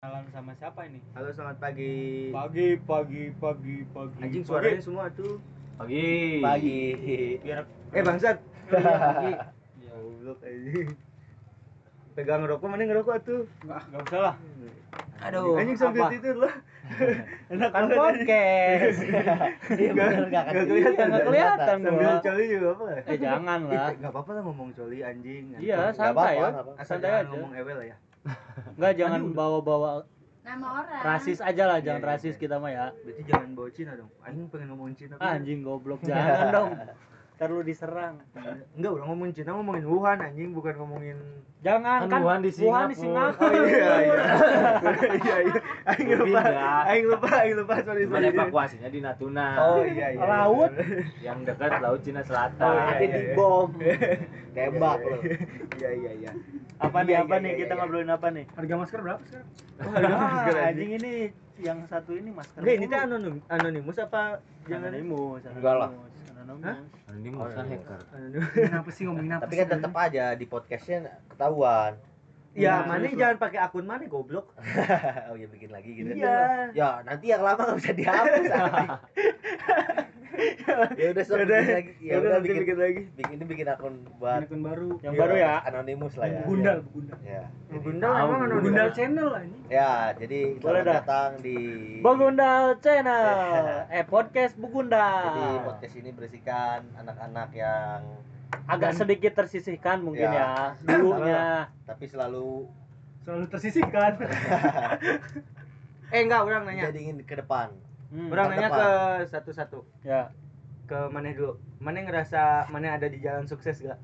Kenalan sama siapa ini? Halo, selamat pagi. Pagi. Anjing suaranya semua tuh. Pagi. Biar Bangsat. pagi. Ya, Goblok anjing. Pegang ngerokok, mana ngerokok tuh? enggak usah lah. Aduh. Anjing sambil apa? tidur lah. Enak Kan banget, podcast. Iya benar enggak kelihatan. Nggak kelihatan Sambil gua. coli juga apa? Jangan lah. Enggak apa-apa lah ngomong coli anjing. Iya, Nggak santai ya. apa-apa. Asal Santai jangan aja. ngomong ewel ya. Enggak, jangan bawa-bawa nama orang. rasis aja lah, jangan Iya, rasis iya. kita mah ya. Berarti jangan bawa Cina dong. Anjing pengen ngomongin Cina. Anjing goblok, jangan dong. Ntar lu diserang. Enggak, udah ngomongin Cina, ngomongin Wuhan anjing, bukan ngomongin. Jangan Kan Wuhan di Wuhan di Singapura. Singapura. Oh iya. Iya. Aing lupa. Sorry. Cuman evakuasinya di Natuna. Oh iya. Laut. Yang dekat Laut Cina Selatan. Oh, iya, Nanti iya. dibom, tembak lo. Iya. Apa nih? Iya, Apa iya, nih? iya, Kita iya. ngobrolin apa nih? Harga masker berapa sekarang? Anjing ini yang satu ini masker. Enggak, ini teh anonimus apa jangan anonimus. Enggak lah. Anonimus. Ini musuh hacker. Kenapa sih ngomongin apa Tapi sih? kan tetap aja di podcastnya ketahuan. Ya, Iya, mana terus jangan pakai akun mana goblok. Oh ya bikin lagi gitu. Iya. Ya nanti yang lama nggak bisa dihapus. anjing. Ya udah sok bikin lagi. Ya udah nanti bikin lagi. bikin akun buat Akun baru. Yang baru ya. anonimus lah ya. Gundal. Ya. Bundal emang anonimus. Gundal channel ini. Ya, jadi Boleh selamat dah. datang di Bogundal Channel. Podcast Jadi Bogundal. podcast ini berisikan anak-anak yang Agak sedikit tersisihkan mungkin Ya. ya dulunya. tapi selalu Selalu tersisihkan. Enggak, orang nanya. jadi ingin ke depan. Orang nanya ke Depan. satu-satu. Ya. Ke mana dulu? Mana ngerasa mana ada di jalan sukses gak?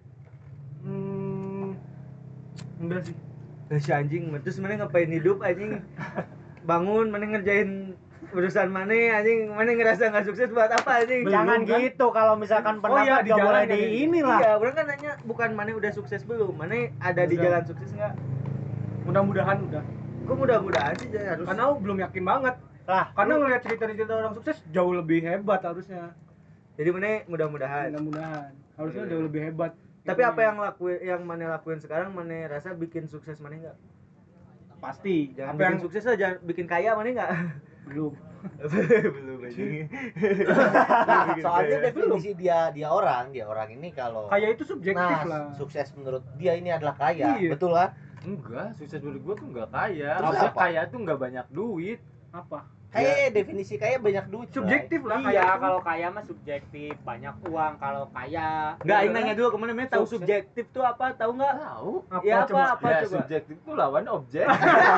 Enggak sih. Si anjing, terus mana ngapain hidup anjing? Bangun, mana ngerjain urusan mana anjing? Mana ngerasa nggak sukses buat apa anjing? Jangan Belum, kan? gitu kalau misalkan Oh iya, pendapat di gak jalan boleh kan di ini. inilah. Iya, orang kan nanya bukan mana udah sukses belum, mana ada di Udah. jalan sukses nggak? Mudah-mudahan udah. Kok mudah-mudahan sih jangan harus. Karena aku belum yakin banget. Lah, Karena ngelihat cerita-cerita orang sukses jauh lebih hebat harusnya. Jadi mana mudah-mudahan. Mudah-mudahan. Harusnya Iya. jauh lebih hebat. Tapi apa yang mana lakuin sekarang, mana rasa bikin sukses mana nggak? pasti? Jangan Apa bikin yang sukses lah, jangan bikin kaya mana nggak? belum? Belum anjing. Soalnya definisi dia orang ini kalau Kaya itu subjektif lah. sukses menurut dia ini adalah kaya. Iya. Betul lah. Enggak, sukses menurut gua tuh enggak kaya. Terus Maksudnya apa? kaya tuh enggak banyak duit. Apa? Kaya definisi kaya banyak duit. Subjektif lah kaya. iya tuh. kalau kaya mah subjektif, banyak uang kalau kaya. Nggak, Aing nanya dulu kemana mana tahu Sukses. subjektif tuh apa? Tahu nggak? Tahu. Ya coba? apa Ya, coba? subjektif tuh lawan objek.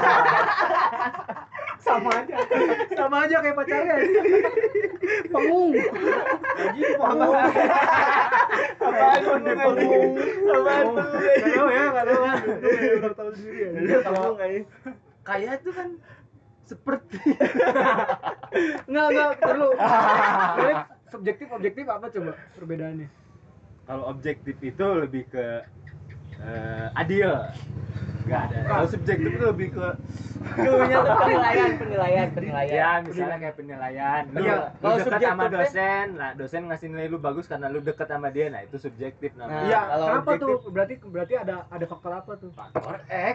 Sama aja. Sama aja kayak pacarnya. Pengung. Anjing pengung. Apaan tuh pengung? Apaan tuh? Enggak tahu ya, enggak tahu. Enggak tahu sendiri ya. Dia pengung anjing. Kaya itu kan seperti Enggak perlu. Jadi subjektif objektif apa coba perbedaannya? kalau objektif itu lebih ke adil. Enggak ada. Kalau subjektif itu lebih ke Dulunya tuh penilaian. ya misalnya kayak penilaian. Lu, Iya, lu kalau dekat subjektif sama ya? dosen, nah dosen ngasih nilai lu bagus karena lu dekat sama dia, nah itu subjektif namanya. Iya, kalau kenapa objektif- tuh? Berarti ada faktor apa tuh? Faktor X.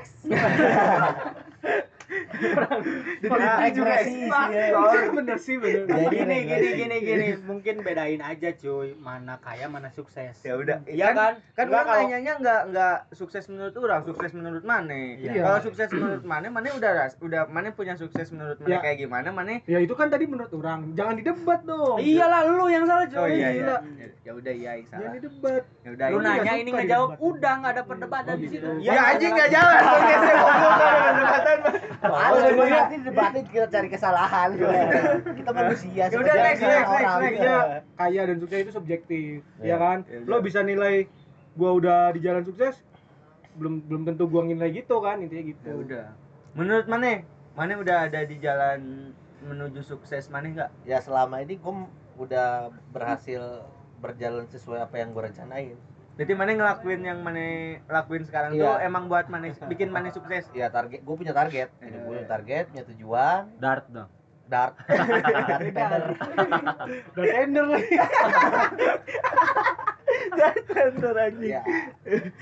Ekspresi. Bener sih, bener. Jadi Gini, mungkin bedain aja cuy, mana kaya mana sukses. Ya udah. Iya kan? Kan Enggak, orang kalau- nanyanya nggak sukses menurut orang, sukses menurut Mane. Iya. Kalau sukses menurut Mane udah Mane punya sukses menurut Mane Ya. kayak gimana Mane? Ya itu kan tadi menurut orang. Jangan didebat dong. Iyalah lu yang salah cuy. Oh iya gila. iya. Ya udah iya Aing Jangan salah. didebat. Ya udah Lu Aing. nanya nggak ini suka ngejawab, didebat. udah nggak ada perdebatan Oh, di gitu. situ. Ya anjing nggak jalan. Podcastnya goblok nggak ada perdebatan. Ada cuma nanti debatin kita cari kesalahan. Kita manusia. Ya udah, sebagai next, next, orang. next. Intinya kaya dan sukses itu subjektif, Iya. ya kan? Ya udah. Lo bisa nilai gua udah di jalan sukses, belum tentu gua nilai gitu kan, intinya gitu. Ya udah. Menurut Mane udah ada di jalan menuju sukses Mane nggak? Ya selama ini gue udah berhasil berjalan sesuai apa yang gue rencanain. Berarti Mane ngelakuin yang Mane lakuin sekarang Iya. tuh emang buat Mane bikin Mane sukses. Ya target, gue punya target. Iya. Gue punya target, punya tujuan. Dart dong. Dart. Dart tender. Udah tender lagi. Tender anjing. Ya.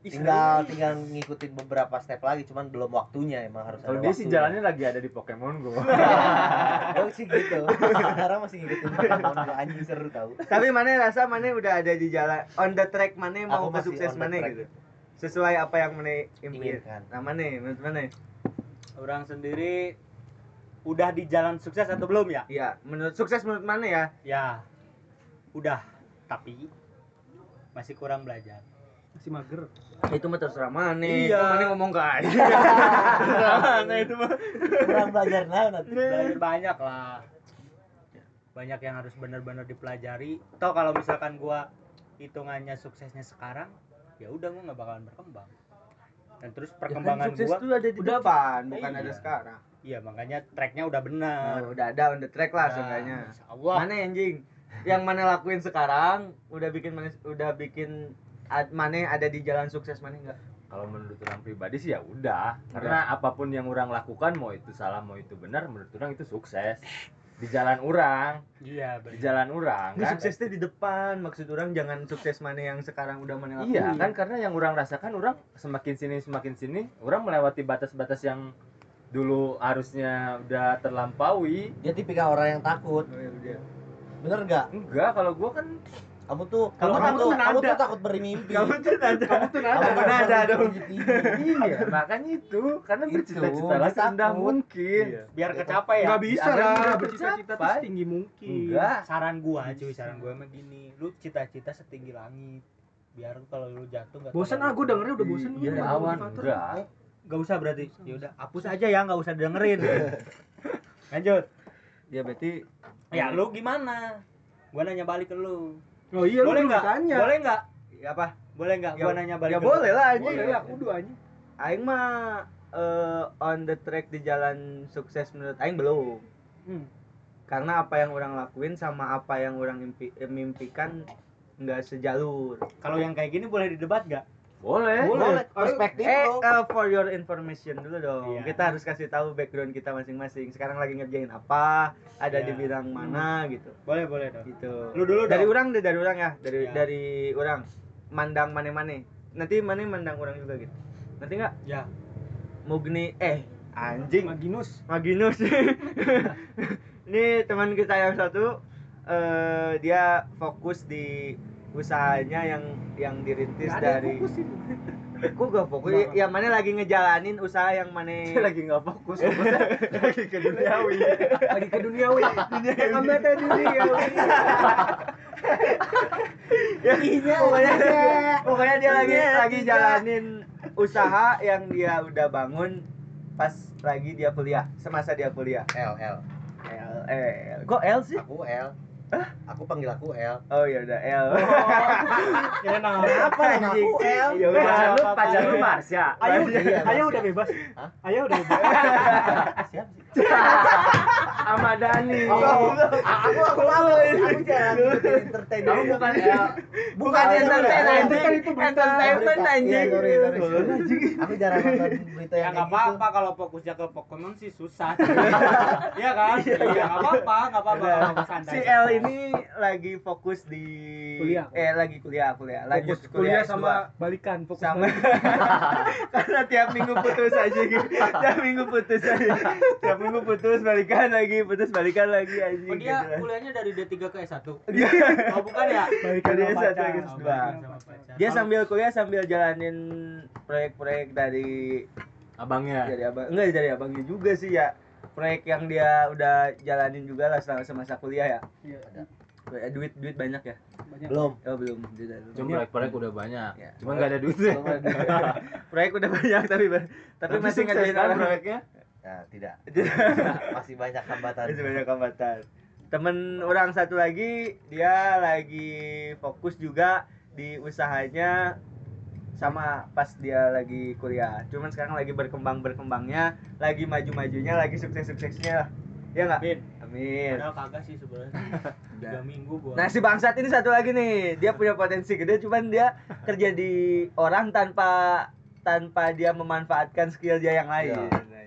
tinggal ngikutin beberapa step lagi, cuman belum waktunya, emang harus Kalau ada dia sih waktunya. jalannya lagi ada di Pokemon Go. Oh sih gitu. Sekarang masih ngikutin Pokemon Go, anjing seru tahu. Tapi mana rasa mana udah ada di jalan on the track, mana mau Aku ke masih sukses on the mana track. gitu. Sesuai apa yang mana impian. Inginkan. Nah, mana menurut mana? Orang sendiri udah di jalan sukses atau belum ya? Iya, menurut sukses menurut mana ya? Ya, udah. Tapi masih kurang belajar. Masih mager. Itu mah terserah mana. Iya. Itu mana ngomong ke aja. Terserah mana itu mah. Kurang belajar nah nanti. Belajar banyak lah. Banyak yang harus benar-benar dipelajari. Toh kalau misalkan gua hitungannya suksesnya sekarang, ya udah gua nggak bakalan berkembang. Dan terus perkembangan sukses gua itu ada di depan, bukan Iya. ada sekarang. iya makanya tracknya udah benar. Nah, udah ada on the track lah Nah, seenggaknya. Insyaallah. Mana anjing? Yang mana lakuin sekarang udah bikin mana ada di jalan sukses mana enggak? Kalau menurut orang pribadi sih ya udah, karena apapun yang orang lakukan, mau itu salah mau itu benar, menurut orang itu sukses. Di jalan orang, Iya, di benar. jalan orang Ini kan. suksesnya di depan, maksud orang jangan sukses mana yang sekarang udah mana lakuin. Iya kan, karena yang orang rasakan, orang semakin sini orang melewati batas-batas yang dulu harusnya udah terlampaui. Dia tipikal orang yang takut. Oh, ya udah. Bener nggak? Enggak, kalau gua kan Kamu tuh Kalau kamu kamu tuh nada. takut bermimpi. Kamu tuh nada. Kamu nada dong. iya, makanya itu karena Itu, bercita-cita lah dia serendah takut. mungkin. Iya. Biar kecapai ya. Nggak bisa Jangan lah udah bercita-cita tuh tercapai. setinggi mungkin. Enggak. Saran gua emang gini, lu cita-cita setinggi langit. Biar kalau lu jatuh enggak Bosan ah, gue dengernya udah bosan Iya, nih. awan Motivator. enggak. Enggak usah berarti. Ya udah, hapus aja ya, enggak usah dengerin. Lanjut. Ya berarti Ya lu gimana? Gua nanya balik ke lu. Oh iya, Boleh lu enggak? tanya. Boleh enggak? ya apa? Boleh enggak gua Ya- nanya balik Ya ke lu? boleh lah anjing. Boleh lah, kudu aja. Aing mah on the track di jalan sukses menurut aing belum. Karena apa yang orang lakuin sama apa yang orang mimpikan nggak sejalur. Kalau yang kayak gini boleh didebat enggak? Boleh. Boleh. Perspektif lo. For your information dulu dong. Iya. Kita harus kasih tahu background kita masing-masing. Sekarang lagi ngerjain apa, ada di Iya. bidang mana gitu. Boleh dong. Gitu. Lu dulu dari dong. orang deh, dari orang ya. Iya. Dari orang mandang mana-mana. Nanti mana mandang orang juga gitu. Nanti nggak? Ya. Mugni anjing. Maginus. Maginus. Ini teman kita yang satu dia fokus di usahanya yang dirintis Nggak ada yang dari fokus itu. Kok gak fokus? Ya mana lagi ngejalanin usaha yang mana Dia lagi nggak fokus, fokusnya lagi ke duniawi. Lagi ke duniawi. Yang mata duniawi. pokoknya dia lagi jalanin usaha yang dia udah bangun pas lagi dia kuliah, semasa dia kuliah. L. Kok L sih? Aku L. Aku panggil aku L. Oh ya udah L. Kira Apa nama Anjing. aku L? Ya udah. Pacar lu Marsha. Ayo, Iya, ayo Mas. udah bebas. Hah? Ayo udah bebas. Siap sih. Sama Dani. Aku jarang ngikutin entertain. Kamu bukan L. Bukan entertain anjing. Kan itu berita. Entertainment anjing. Iya, sorry. Aku jarang nonton berita Ya yang nggak kayak gitu. apa-apa kalau fokusnya ke Pokemon sih susah. Iya kan? Iya nggak apa-apa kalau santai. Si L ini lagi fokus di Kuliah. Lagi kuliah. Lanjut Fokus kuliah S2. sama balikan, fokus sama balikan. karena tiap minggu putus aja gitu. Tiap minggu putus balikan lagi anjing. Oh, dia gitu. kuliahnya dari D3 ke S1. Dia Oh bukan ya? Balikan Dia sama satu pacar. lagi Oh, S2. sama pacar. Dia Kalau- sambil kuliah sambil jalanin proyek-proyek dari Abangnya. dari abangnya juga sih ya. Proyek yang dia udah jalanin juga lah selama semasa kuliah ya. Iya. Duit banyak ya. Banyak. Belum. Oh belum. Dia Cuma proyek udah banyak. Ya. Cuma nggak ada duitnya. Proyek udah banyak tapi masih sukses ngerjain kan orang. proyeknya. Nah, tidak. Masih banyak hambatan. Masih banyak hambatan. Temen orang satu lagi dia lagi fokus juga di usahanya sama pas dia lagi kuliah. Cuman sekarang lagi berkembangnya, lagi maju-majunya, lagi sukses-suksesnya lah. Ya enggak? Amin. Amin. Padahal kagak sih sebenarnya. 3 minggu gua. Nah, si bangsat ini satu lagi nih, dia punya potensi gede cuman dia kerja di orang tanpa dia memanfaatkan skill dia yang lain. Iya. Anjing.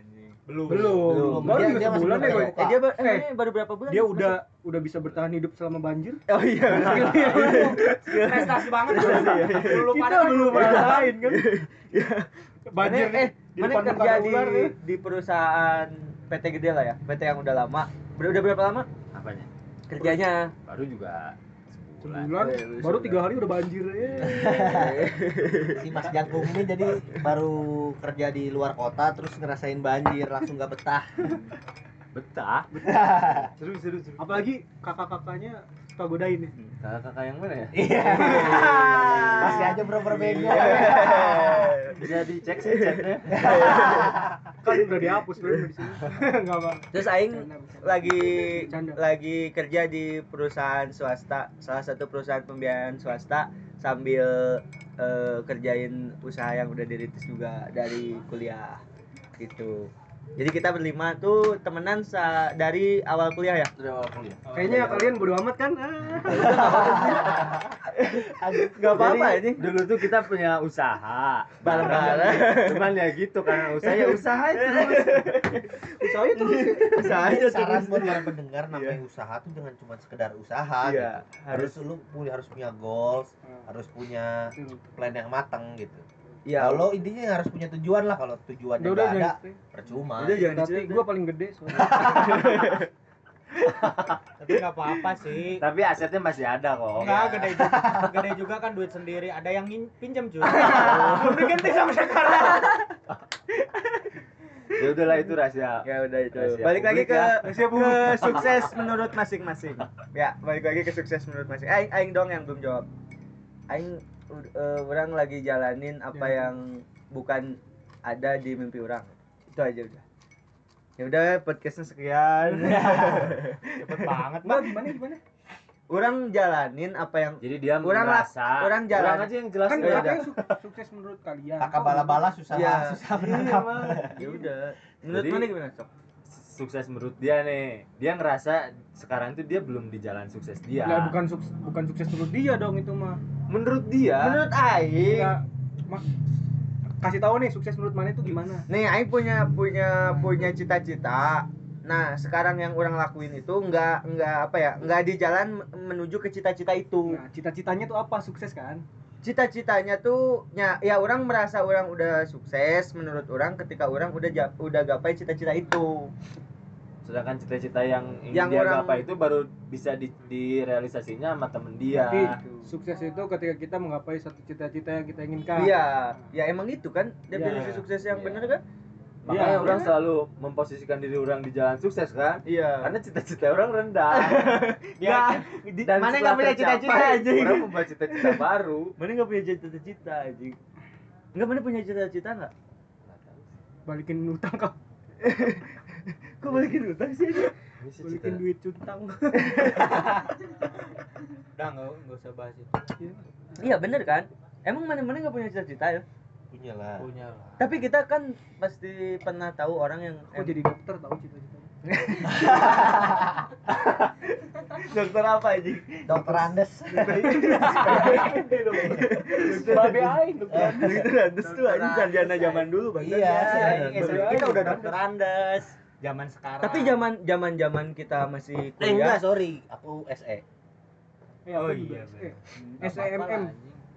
Belum. Baru Dia- juga dia masih sebulan belum ya, Boy. buka. Dia baru berapa bulan? Dia udah bisa bertahan hidup selama banjir. Oh iya. prestasi banget. Belum Kita ada belum ngerasain kan. Banjir Banjir mana depan muka kerja ada ular, ya. di perusahaan PT gede lah ya, PT yang udah lama. Udah berapa lama Apanya? kerjanya? Baru juga sebulan. Sebulan, baru 3 hari udah banjir. Si Mas Jangkung ini jadi baru kerja di luar kota terus ngerasain banjir langsung nggak betah. Betah. Seru. Apalagi kakak-kakaknya suka godain ya. Kakak yang mana ya? Masih aja bener-bener bego. Bisa dicek sih chatnya. Kan udah dihapus udah di sini. Enggak apa. Terus aing lagi Bercanda. lagi kerja di perusahaan swasta, salah satu perusahaan pembiayaan swasta sambil kerjain usaha yang udah dirintis juga dari kuliah gitu. Jadi kita berlima tuh temenan dari awal kuliah ya. Udah awal kuliah. Kayaknya kalian bodo amat kan? Gak apa-apa Jadi, ini. dulu tuh kita punya usaha Bareng-bareng. cuman ya gitu karena usaha terus Usahanya terus. Usaha aja Saran terus. buat para pendengar namanya usaha tuh jangan cuma sekedar usaha Iya, gitu. Harus harus punya goals, harus punya plan yang matang gitu. Ya Kalau intinya harus punya tujuan lah, kalau tujuannya Udah nggak ada jangan. percuma. Udah jangan Tapi diceritain. gua paling gede soalnya. Tapi nggak apa-apa sih. tapi asetnya masih ada kok. Enggak, gede juga kan duit sendiri. Ada yang pinjam cuy. Belum diganti sampai sekarang. Ya udahlah itu rahasia. Ya udah itu. Rahasia Balik lagi publik ke ke sukses menurut masing-masing. Ya, balik lagi ke sukses menurut masing. Aing dong yang belum jawab. Aing orang lagi jalanin apa yang bukan ada di mimpi orang. Itu aja udah. Ya udah podcastnya sekian. Cepet banget, Mbak Mbak. gimana? Orang jalanin apa yang Jadi dia Orang merasa orang jalan. aja yang jelas Kan ya udah. katanya sukses menurut kalian. Kakak bala-bala susah Iya. susah menangkap. ya udah. Menurut Jadi- mana gimana, Sok? Sukses menurut dia nih. Dia ngerasa sekarang tuh dia belum di jalan sukses dia. Lah bukan sukses menurut dia dong itu mah. Menurut dia Menurut aing, Enggak. Kasih tahu nih sukses menurut mana itu gimana? nih aing punya cita-cita. Nah, sekarang yang orang lakuin itu enggak apa ya? Enggak di jalan menuju ke cita-cita itu. Nah, cita-citanya tuh apa? Sukses kan? Cita-citanya tuh ya orang merasa orang udah sukses menurut orang ketika orang udah gapai cita-cita itu. sedangkan cita-cita yang ingin Yang dia orang- gapai itu baru bisa direalisasinya sama temen dia. Tapi sukses itu ketika kita menggapai satu cita-cita yang kita inginkan. Iya, ya emang itu kan definisi Iya. sukses yang Iya. benar kan? Makanya Iya, orang iya. selalu memposisikan diri orang di jalan sukses kan? Iya. Karena cita-cita orang rendah. Ya, Dan mana setelah nggak punya tercapai, cita-cita anjing? Orang membuat cita-cita baru. Mana nggak punya cita-cita anjing? Enggak, mana punya cita-cita enggak? Balikin utang kau. Kok balikin utang sih anjing? Ini sih Balikin cita- duit cutang. Udah enggak usah bahas itu. Iya, bener kan? Emang mana-mana nggak punya cita-cita ya? Punya lah. Punya lah. Tapi kita kan pasti pernah tahu orang yang Kok jadi dokter tahu cita-citanya? dokter apa anjing? Dokter Andes. Babe aing dokter. Dokter Andes tuh anjing sarjana zaman dulu Bang. Iya. Kita udah dokter Andes. Zaman sekarang. Tapi zaman kita masih Eh enggak, kuliah. sorry. Aku SE. Oh iya. SEMM.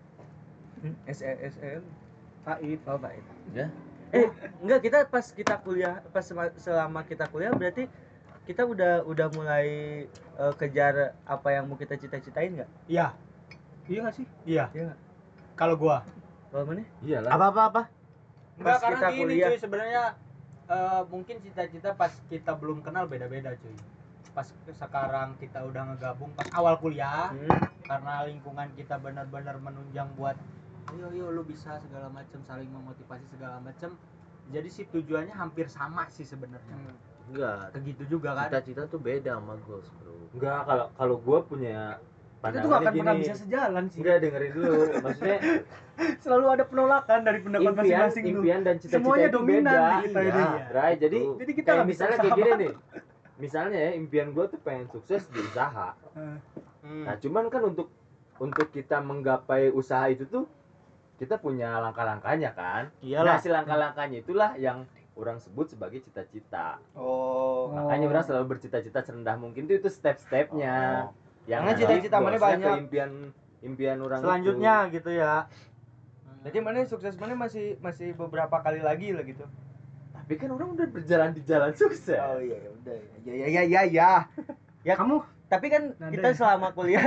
SEM. Taib. Oh, baik. Ya. Enggak, kita pas kita kuliah, selama kita kuliah berarti kita udah mulai kejar apa yang mau kita cita-citain enggak? Iya. Iya nggak sih? Iya. Iya nggak? Kalau gua Kalau mana? Iyalah. Apa? enggak, Pas karena kita gini kuliah. cuy, sebenarnya mungkin cita-cita pas kita belum kenal beda-beda cuy. Pas sekarang kita udah ngegabung pas awal kuliah, karena lingkungan kita benar-benar menunjang buat yo lu bisa segala macam, saling memotivasi segala macam. Jadi sih tujuannya hampir sama sih sebenarnya. Enggak. Begitu juga kan. Cita-cita tuh beda sama goals, Bro. Enggak, kalau gua punya Kita tuh nggak akan pernah gini. bisa sejalan sih. Enggak, dengerin dulu. Maksudnya Selalu ada penolakan dari pendapat masing-masing tuh. impian dan cita-cita Semuanya itu dominan beda. di kita ini. Iya, Bray. Jadi Jadi kita kayak nggak bisa misalnya kayak bersama. gini nih. Misalnya ya, impian gua tuh pengen sukses di usaha. Nah, cuman kan untuk kita menggapai usaha itu tuh kita punya langkah-langkahnya kan. Iyalah. Nah, si langkah-langkahnya itulah yang orang sebut sebagai cita-cita. Oh. Makanya orang selalu bercita-cita serendah mungkin itu step-stepnya. Yang Karena nanti cita-cita mana goalsnya banyak. ke impian orang Selanjutnya gitu ya. Jadi mana sukses mana masih beberapa kali lagi lah gitu. Tapi kan orang udah berjalan di jalan sukses. Oh iya ya udah ya. Ya Kamu tapi kan Nada kita ya? selama kuliah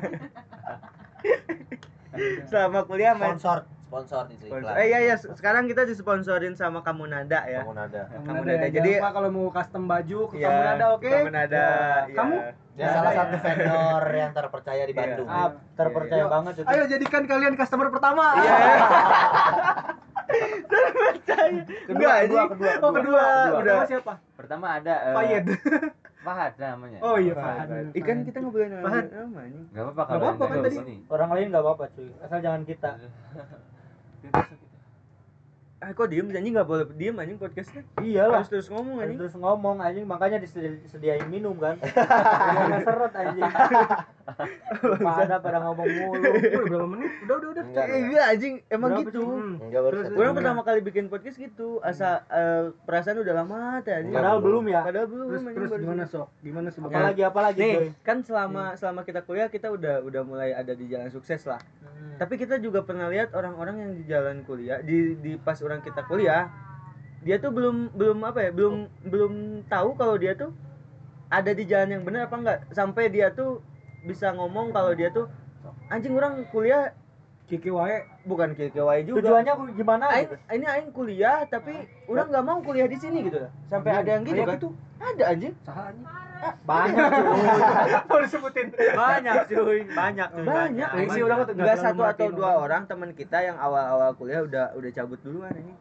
selama kuliah main Sponsor itu iklan. iya sekarang kita disponsorin sama Kamunada ya. Kamunada. Kamunada. Jadi Jadi apa kalau mau custom baju ke ya, Kamunada oke? Kamunada. Ya. Kamu? Dia salah satu vendor yang terpercaya di Bandung. Iya. Terpercaya Iya. banget itu. Ayo jadikan kalian customer pertama. Iya. Enggak, kedua. Udah. Pertama siapa? Pertama ada Fayed. Fahad namanya. Oh iya, Fahad. Fahad. Ikan kita nggak boleh Fahad. nama anjing. Enggak apa-apa Nggak apa-apa kan yang tadi. di sini. Orang lain nggak apa-apa cuy, asal jangan kita. Kok diem anjing nggak boleh diem anjing podcastnya. Iyalah. Harus terus ngomong anjing. Terus ngomong anjing, makanya disediain minum kan. Biar seret anjing. Pada ngomong mulu. Udah berapa menit? Udah. Enggak. Iya anjing emang Berapa, gitu. cuy? Enggak baru Terus, satu. Orang Enggak. pertama kali bikin podcast gitu, asa perasaan udah lama tadi. Enggak, Padahal belum ya. Padahal belum. Terus anjing, terus baru gimana sih. sok? Gimana sok? Apalagi Nih, cuy. kan selama kita kuliah kita udah mulai ada di jalan sukses lah. Tapi kita juga pernah lihat orang-orang yang di jalan kuliah, di pas orang kita kuliah, dia tuh belum apa ya, belum tahu kalau dia tuh ada di jalan yang benar apa enggak. Sampai dia tuh bisa ngomong kalau dia tuh anjing orang kuliah Kiki wae. bukan KKY juga. Tujuannya gimana Aing, gitu? ini aing kuliah tapi orang nggak mau kuliah di sini gitu. Sampai ada yang gitu Kayak kan. gitu. Ada anjing. Saha anjing? Banyak cuy. Mau disebutin. Banyak cuy. Banyak. Banyak. Yang sih orang tuh Enggak terlalu satu atau merhatiin dua orang. orang teman kita yang awal-awal kuliah udah cabut duluan ini.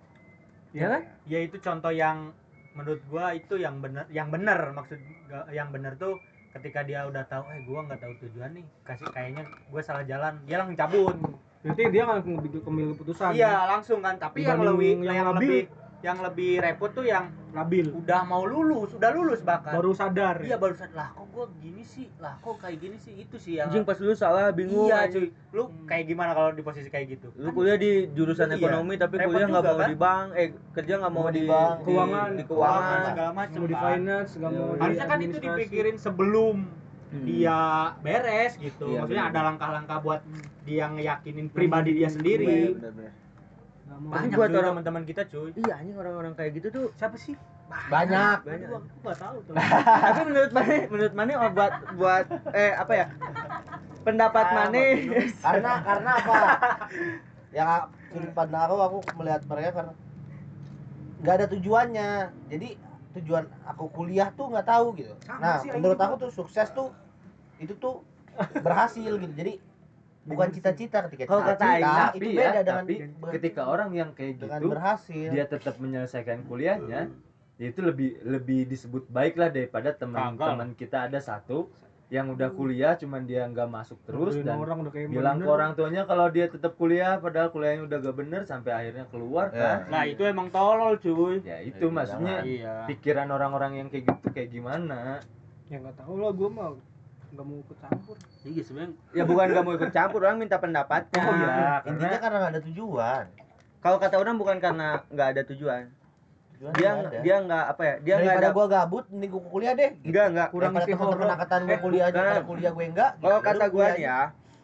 Iya kan? Ya itu contoh yang menurut gua itu yang benar maksud yang benar tuh ketika dia udah tahu gua nggak tahu tujuan nih, kayaknya gua salah jalan, dia langsung cabut. Berarti dia nggak ngambil keputusan. Iya, langsung kan. Tapi yang Dibanding lebih yang labil. yang lebih repot tuh yang Labil. udah lulus bahkan. Baru sadar. Iya, baru sadar, lah kok gua gini sih, lah kok kayak gini sih, itu sih yang Anjing pas lu salah bingung. iya anjing. cuy. Lu kayak gimana kalau di posisi kayak gitu? Lu kuliah di jurusan Iya. ekonomi tapi Repot kuliah nggak juga, mau kan? di bank, kerja nggak mau Mau di di bank, keuangan. di keuangan. segala macam. Mau di finance, nggak mau di Harusnya kan itu administrasi. dipikirin sebelum dia beres gitu. Iya, Maksudnya bener. ada langkah-langkah buat dia ngeyakinin pribadi dia sendiri. Bener-bener. Nggak mau. Banyak Buat cuy orang- teman-teman kita cuy. Iya anjing orang-orang kayak gitu tuh. Siapa sih? Banyak. Banyak. Gua enggak tahu tuh. Tapi menurut Mane buat apa ya? Pendapat Mane Karena apa? Yang sudut pandang aku melihat mereka karena nggak ada tujuannya. Jadi tujuan aku kuliah tuh nggak tahu gitu. Sama Nah, sih, menurut Aing aku tuh sukses tuh itu tuh berhasil gitu. Jadi bukan cita-cita ketika Kalau kata cita-cita Aing, Tapi itu ya, beda dengan tapi ketika orang yang kayak dengan gitu berhasil. dia tetap menyelesaikan kuliahnya, ya itu lebih disebut baik lah daripada teman-teman kita ada satu yang udah kuliah cuman dia nggak masuk terus Ngomongin dan orang udah kayak bilang ke bener. orang tuanya kalau dia tetap kuliah padahal kuliahnya udah gak bener sampai akhirnya keluar Ya. kan. Nah, itu emang tolol cuy. Ya itu maksudnya Iya. pikiran orang-orang yang kayak gitu kayak gimana. Ya nggak tahu lah, gue mah nggak mau ikut campur. Iya sebenarnya. ya bukan nggak mau ikut campur, orang minta pendapatnya. Oh iya, Intinya karena karena nggak ada tujuan. Kalau kata orang bukan karena nggak ada tujuan. Tujuan Dia nggak ada. dia nggak apa ya? Dia nggak Daripada ada. gua gabut mending gua kuliah deh. Gitu. Enggak. Kurang Daripada isi teman-teman horor. angkatan gua kuliah aja bukan. pada kuliah gue enggak. Kalau gitu. kata Lu gua kuliah nih aja. ya,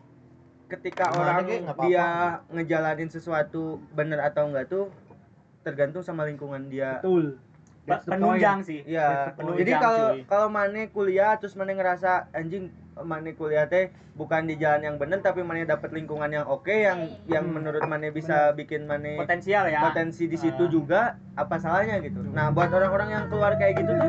ketika Gimana orang kek, nggak apa-apa. dia ngejalanin sesuatu bener atau enggak tuh tergantung sama lingkungan dia. Betul. That's the Penunjang sih. Iya. Penunjang, Jadi cuy. kalau Mane kuliah terus Mane ngerasa anjing Mane kuliah teh bukan di jalan yang bener tapi Mane dapat lingkungan yang oke yang menurut Mane bisa bikin Mane Potensial ya. potensi di situ juga, apa salahnya gitu. Nah, buat orang-orang yang keluar kayak gitu tuh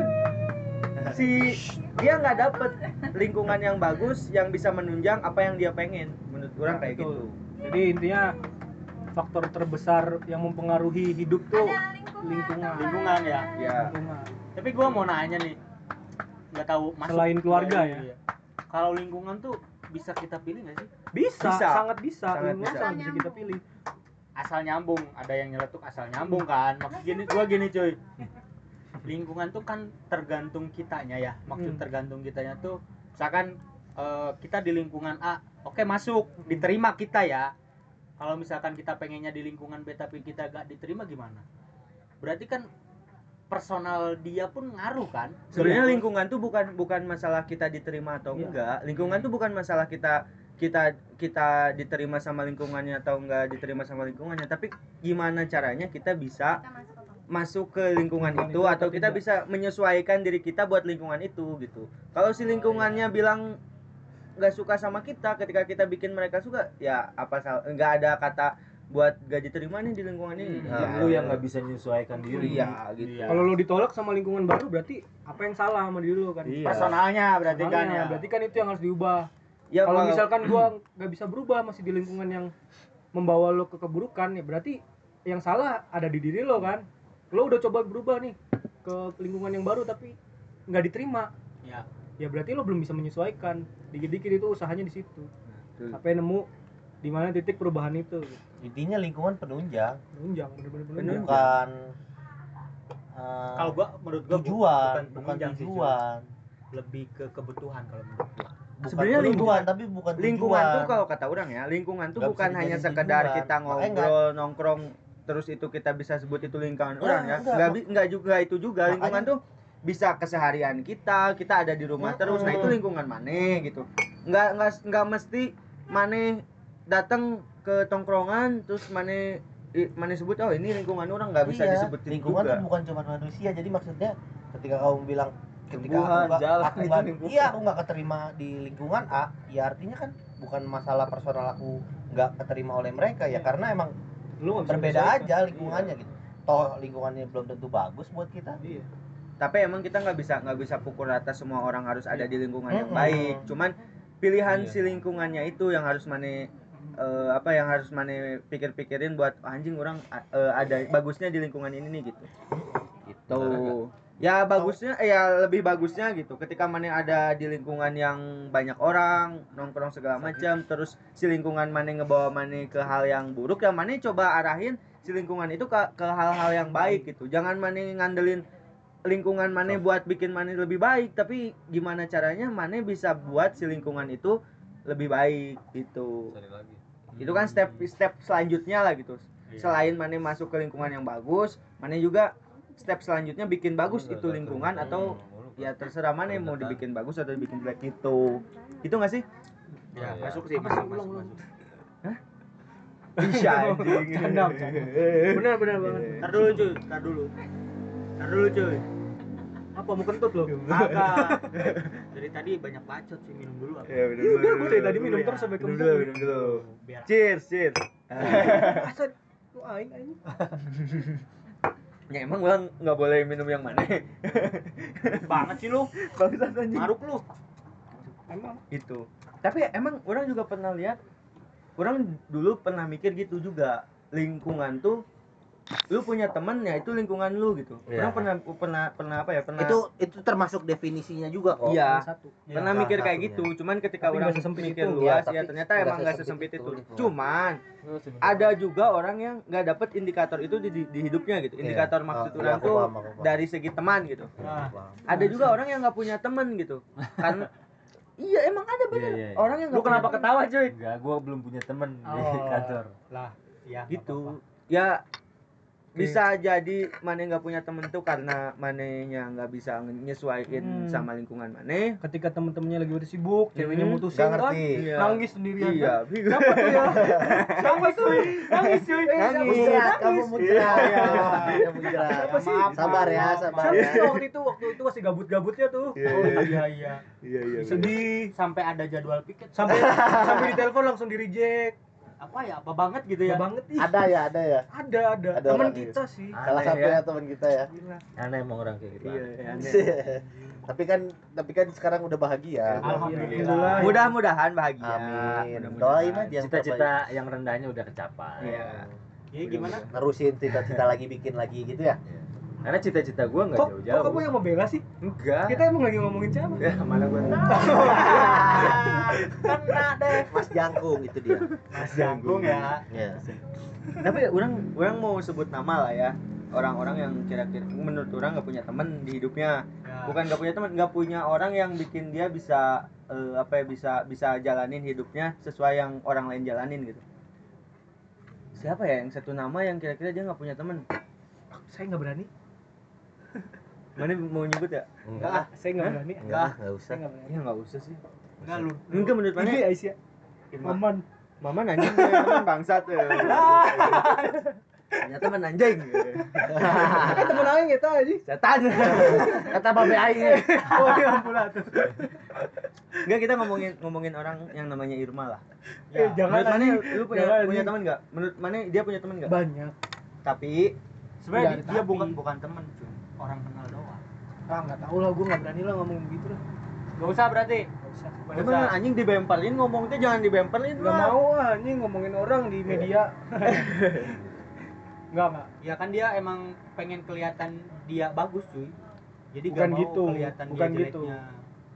dia nggak dapet lingkungan yang bagus yang bisa menunjang apa yang dia pengen. Menurut orang kayak Betul. gitu. Jadi intinya faktor terbesar yang mempengaruhi hidup tuh lingkungan. Lingkungan ya. Ya. Lingkungan. Tapi gua mau nanya nih. Nggak tahu masuk Selain keluarga ya? Iya. Kalau lingkungan tuh bisa kita pilih nggak sih? Bisa, Bisa. sangat bisa. Sangat Lingkungan bisa. sangat bisa kita pilih. Asal nyambung, ada yang nyeletuk asal nyambung kan. Maksud gua gini cuy. Lingkungan tuh kan tergantung kitanya ya. Maksud tergantung kitanya tuh misalkan kita di lingkungan A, oke masuk, diterima kita ya. Kalau misalkan kita pengennya di lingkungan B tapi kita gak diterima gimana? berarti kan personal dia pun ngaruh kan. Sebenarnya lingkungan tuh bukan masalah kita diterima atau enggak. Lingkungan tuh bukan masalah kita diterima sama lingkungannya atau enggak diterima sama lingkungannya, tapi gimana caranya kita bisa masuk ke lingkungan itu atau kita bisa menyesuaikan diri kita buat lingkungan itu gitu. Kalau si lingkungannya bilang nggak suka sama kita ketika kita bikin mereka suka, ya apa nggak ada kata buat gak diterima nih di lingkungan ini. Mungkin lu yang nggak bisa menyesuaikan diri. Iya gitu. Kalau lu ditolak sama lingkungan baru berarti apa yang salah sama diri lu kan? Iya. Personalnya berarti kan Personalnya, ya. berarti kan itu yang harus diubah. Ya Kalau misalkan gua nggak bisa berubah masih di lingkungan yang membawa lo ke keburukan, ya berarti yang salah ada di diri lo kan. Lo udah coba berubah nih ke lingkungan yang baru tapi nggak diterima. Ya berarti lo belum bisa menyesuaikan. Dikit-dikit itu usahanya di situ. Sampai nemu di mana titik perubahan itu. Intinya lingkungan penunjang, Menunjang, bener-bener penunjang. bukan Kalau gua menurut gua tujuan, bukan penunjang sih, tujuan. Cuy. Lebih ke kebutuhan kalau menurut gua. Bukan Sebenarnya tujuan, lingkungan- tapi bukan lingkungan tujuan. tuh kalau kata orang ya, lingkungan tuh Nggak bukan bisa hanya dijadiin sekedar tujuan. kita Makanya ngobrol nongkrong terus itu kita bisa sebut itu lingkungan orang ya. enggak. Nggak juga itu juga. Makanya- Lingkungan tuh bisa keseharian kita ada di rumah terus. Nah, itu lingkungan maneh gitu. Nggak mesti maneh datang ke tongkrongan terus maneh sebut oh ini lingkungan orang, nggak bisa Iya, disebutin lingkungan juga. tuh bukan cuma manusia. Jadi maksudnya ketika kamu bilang ketika Tumbuhan, aku nggak jalan, aku itu nggak lingkungan. iya aku nggak keterima di lingkungan A, ya artinya kan bukan masalah personal aku nggak keterima oleh mereka ya, karena emang Lo nggak bisa berbeda menyesuaikan. aja lingkungannya gitu. Toh lingkungannya belum tentu bagus buat kita. Iya. Tapi emang kita nggak bisa pukul rata semua orang harus ada di lingkungan yang Mm-mm. baik. Cuman pilihan Iya. si lingkungannya itu yang harus yang harus mane pikir-pikirin buat anjing orang ada bagusnya di lingkungan ini nih gitu. Gitu. Ya bagusnya lebih bagusnya gitu ketika mane ada di lingkungan yang banyak orang, nongkrong segala macam, terus si lingkungan mane ngebawa mane ke hal yang buruk, ya mane coba arahin si lingkungan itu ke hal-hal yang baik gitu. Jangan mane ngandelin lingkungan mane buat bikin mane lebih baik, tapi gimana caranya mane bisa buat si lingkungan itu lebih baik gitu. Itu kan step selanjutnya lah gitu. Selain mane masuk ke lingkungan yang bagus, mane juga step selanjutnya bikin bagus itu lingkungan, atau ya terserah mane mau dibikin bagus atau dibikin jelek gitu. Itu nggak sih? Ya, Iya. masuk sih, masuk. Bisa anjing. Bercanda. Benar banget. Ntar dulu cuy. Apa mau kentut lo? Kagak. Dari tadi banyak bacot sih, minum dulu apa? Ya bener. Iya, udah, gue dari tadi minum ya. terus sampai Minum kentut. dulu. Biar Cheers. Asal lu aing. Ya emang orang nggak boleh minum yang mana? banget sih lu. Bangsat anjing. Maruk lu. Emang Itu. Tapi emang orang juga pernah lihat, orang dulu pernah mikir gitu juga, lingkungan tuh lu punya temen ya itu lingkungan lu gitu. Iya. Orang pernah Itu termasuk definisinya juga kok. Iya. satu. pernah salah mikir kayak satunya. gitu, cuman ketika Tapi orang nggak sesempit mikir itu. luas Iya, ya tapi ternyata nggak emang nggak sesempit sesempit itu itu. lingkungan. Cuman ada juga orang yang nggak dapet indikator itu di hidupnya gitu. Indikator maksud Iya, orang aku tuh paham, aku paham. dari segi teman gitu. Nah, Ada juga orang yang nggak punya teman gitu. Karena iya emang ada bener Iya. orang yang lu nggak kenapa punya ketawa cuy? Enggak, gua belum punya temen di Oh. kantor. Lah, ya teman. Gitu. Ya bisa jadi mane nggak punya temen tuh karena manenya nggak bisa nyesuaiin sama lingkungan mane. Ketika temen-temennya lagi pada sibuk, ceweknya mutusin Nggak kan, ngerti. Iya. nangis sendirian. Iya. Siapa tuh ya? Siapa tuh? Nangis cuy. Muncrat, kamu muncrat. Iya. Kamu muncrat. Siapa sih? Sabar ya, sabar Siapa ya. sih waktu itu masih gabut-gabutnya tuh. Iya, Oh iya. iya. Iya. Sedih. Sampai ada jadwal piket. Sampai ditelepon langsung di reject. Apa banget gitu ya? Ya banget ih. Ada ya. Ada. Ada Temen orang kita sih. Salah Aneh satu ya. ya teman kita ya. Gila. Aneh emang orang kayak gitu. Iya, aneh. tapi kan sekarang udah bahagia. Alhamdulillah. Mudah-mudahan bahagia. Amin. Mudah-mudahan. Doain aja yang Cita-cita yang rendahnya udah kecapai. Iya. Iya gimana? Nerusin cita-cita lagi bikin lagi gitu ya. Karena cita-cita gua nggak Kok jauh-jauh. kamu yang membela sih? Enggak. Kita emang lagi ngomongin siapa? Ya, mana gua Kena deh. Mas Jangkung itu dia. Mas Jangkung ya. Ya. Tapi orang mau sebut nama lah ya. Orang-orang yang kira-kira menurut orang nggak punya teman di hidupnya. Bukan nggak punya teman, nggak punya orang yang bikin dia bisa bisa jalanin hidupnya sesuai yang orang lain jalanin gitu. Siapa ya yang satu nama yang kira-kira dia nggak punya teman? Saya nggak berani. Mana mau nyebut ya? Enggak lah. Saya nggak berani. Enggak usah. Saya nggak berani. Ya enggak usah sih. Enggak lu. Enggak menurut mana? Ini Aisyah. Maman. Mama anjing teman bangsat. Ternyata teman anjing. Kan temen aing eta aja. Setan. Kata babe aing. Oh ya ampun atuh. Enggak, kita ngomongin orang yang namanya Irma lah. Jangan Menurut mana anjing. lu punya Jangan, punya anjing. teman enggak? Menurut mana dia punya teman enggak? Banyak. Tapi Sebenarnya Nggak ada dia tapi. bukan temen cuy, orang kenal doang. Ah nggak tahu lah, gue nggak berani lah ngomong begitu lah. Gak usah berarti. Nggak usah. emang anjing dibemperin ngomong tuh jangan dibemperin Nggak lah. mau ah, anjing ngomongin orang di media. Nggak. Ya kan dia emang pengen kelihatan dia bagus cuy. Jadi Bukan gak mau gitu, kelihatan bukan dia gitu. jeleknya.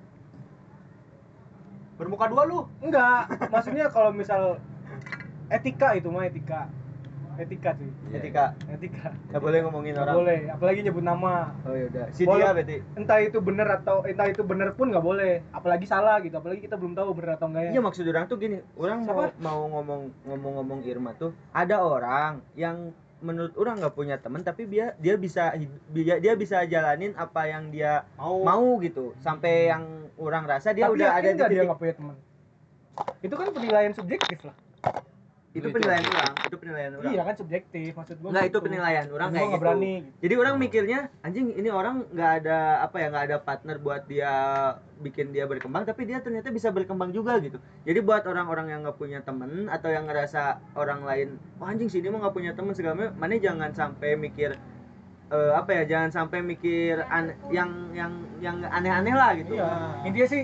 Bermuka dua lu. Enggak, maksudnya kalau misal etika itu mah etika cuy. Ketika Etika. nggak boleh ngomongin Nggak orang. boleh, apalagi nyebut nama. Oh ya udah. Si Boleh. dia berarti. Entah itu benar atau entah itu benar pun nggak boleh. Apalagi salah gitu, apalagi kita belum tahu benar atau enggaknya. Iya maksud orang tuh gini, orang mau ngomong Irma tuh ada orang yang menurut orang nggak punya teman tapi dia bisa jalanin apa yang dia mau gitu sampai yang orang rasa dia Tapi udah yakin ada di nggak dia titik nggak punya teman? Itu kan penilaian subjektif lah. itu penilaian orang. Iya kan subjektif, maksud gua. Nggak, itu gitu. penilaian orang Gua kayak nggak gitu. berani. Gitu. Jadi orang mikirnya anjing ini orang nggak ada partner buat dia bikin dia berkembang tapi dia ternyata bisa berkembang juga gitu. Jadi buat orang-orang yang nggak punya temen atau yang ngerasa orang lain wah anjing sini mah nggak punya temen segala macam, mana jangan sampai mikir jangan sampai mikir yang aneh-aneh lah gitu. Iya. Intinya sih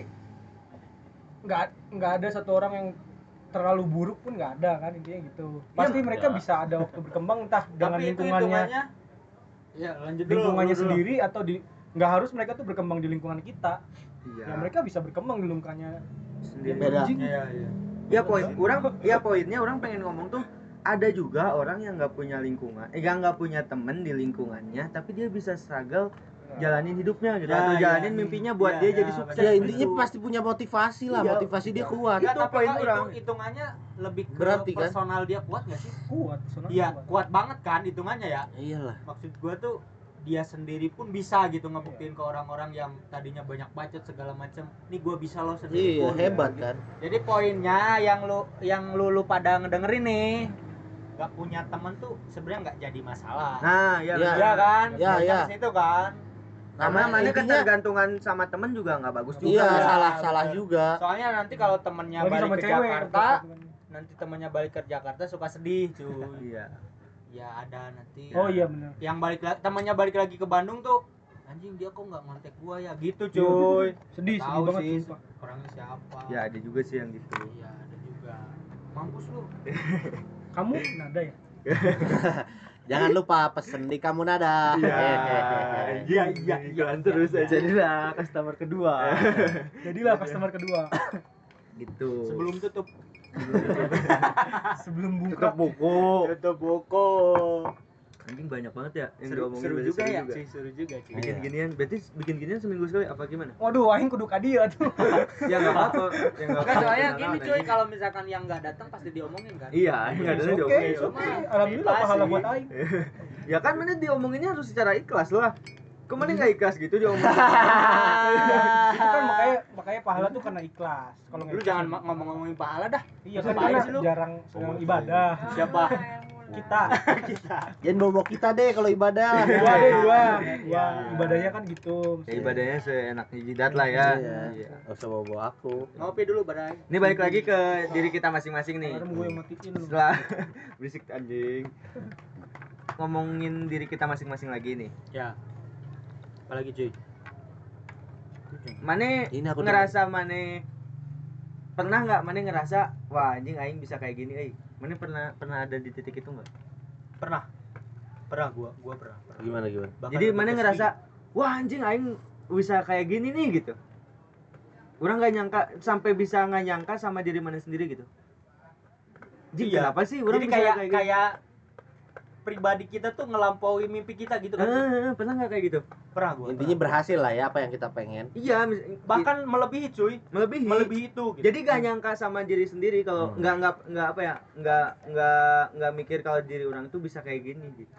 nggak ada satu orang yang terlalu buruk pun nggak ada kan, intinya gitu. Pasti mereka bisa ada waktu berkembang entah dengan Tapi itu lingkungannya ya lanjut dulu. lingkungannya dulu. sendiri atau di nggak harus mereka tuh berkembang di lingkungan kita. Iya. Ya mereka bisa berkembang di lingkungannya Sendiri. Beda. anjing. Iya. Poinnya orang pengen ngomong tuh ada juga orang yang nggak punya lingkungan, yang nggak punya temen di lingkungannya, tapi dia bisa struggle jalanin hidupnya gitu, atau jalanin mimpinya buat dia jadi sukses. Ya intinya pasti punya motivasi lah, Iya. motivasi dia kuat. Ya, Itu tapi poin kalau orang. itu hitungannya lebih ke Berarti kan? personal dia kuat gak sih? Kuat, personal Iya, kuat. kuat banget kan hitungannya ya. Iyalah. Maksud gua tuh dia sendiri pun bisa gitu ngebuktiin ke orang-orang yang tadinya banyak bacot segala macam. Nih gua bisa loh sendiri. Iya, pun, hebat gitu. kan. Jadi poinnya yang lu pada ngedengerin nih, nggak punya temen tuh sebenarnya nggak jadi masalah. Nah, ya, Iya. Iya kan? Iya, Poinnya iya. ke situ kan. Sama mana intinya- ketergantungan sama temen juga nggak bagus Iya, juga. salah bener. juga. Soalnya nanti kalau temennya Apalagi balik sama ke cewek. Jakarta, nanti temennya balik ke Jakarta suka sedih cuy. Iya. Ya ada nanti. Oh iya benar. Yang temennya balik lagi ke Bandung tuh, anjing dia kok nggak ngontek gua ya gitu cuy. Sedih Tahu banget sih sumpah. orangnya siapa. Ya ada juga sih yang gitu. Iya ada juga. Mampus lu. Kamu nada ya? Jangan lupa pesen di Kamu Nada. Iya. Iklan terus aja. Jadilah customer kedua. Jadilah customer kedua. Gitu. Sebelum tutup. Sebelum buka. tutup buku. Tutup buku. Anjing banyak banget ya yang Seru, diomongin. seru berarti juga seru ya, juga. sih seru juga sih. Bikin ginian, berarti bikin ginian seminggu sekali apa gimana? Waduh, aing kudu ka dieu tuh. Ya enggak apa-apa. Ya enggak Enggak soalnya apa-apa. gini cuy, kalau misalkan yang nggak datang pasti diomongin kan. Iya, enggak ada Oke, diomongin. oke. Alhamdulillah pahala buat aing. Ya kan mana diomonginnya harus secara ikhlas lah. Kok mana enggak ikhlas gitu diomongin? Itu kan makanya pahala tuh karena ikhlas. Kalau Lu jangan ngomong-ngomongin pahala dah. Iya kan Ngapain karena sih lu? jarang sedang ibadah. Siapa? Kita. Jangan bawa kita deh kalau ibadah. Dua. Iya. Ibadahnya kan gitu. Ya, ibadahnya seenaknya jidat lah ya. Iya. Gak usah bawa aku. Ngopi dulu badai. Ini balik lagi ke diri kita masing-masing nih. Sekarang gue yang matiin lu. Setelah berisik anjing. Ngomongin diri kita masing-masing lagi nih. Ya. Apalagi cuy? Mane Ini aku ngerasa mane pernah nggak mane ngerasa wah anjing aing bisa kayak gini mane pernah ada di titik itu nggak? Pernah gua pernah. Gimana? Bahkan Jadi lebih mane ke ngerasa wah anjing aing bisa kayak gini nih gitu. Orang nggak nyangka sampai bisa nggak nyangka sama diri mana sendiri gitu. Jing, Iya. kenapa sih orang Jadi bisa kayak gitu? kayak pribadi kita tuh ngelampaui mimpi kita gitu kan. Pernah nggak kayak gitu? Pernah gua. Intinya berhasil lah ya apa yang kita pengen. Iya, bahkan melebihi cuy. Melebihi itu gitu. Jadi gak nyangka sama diri sendiri kalau nggak apa ya nggak mikir kalau diri orang tuh bisa kayak gini gitu.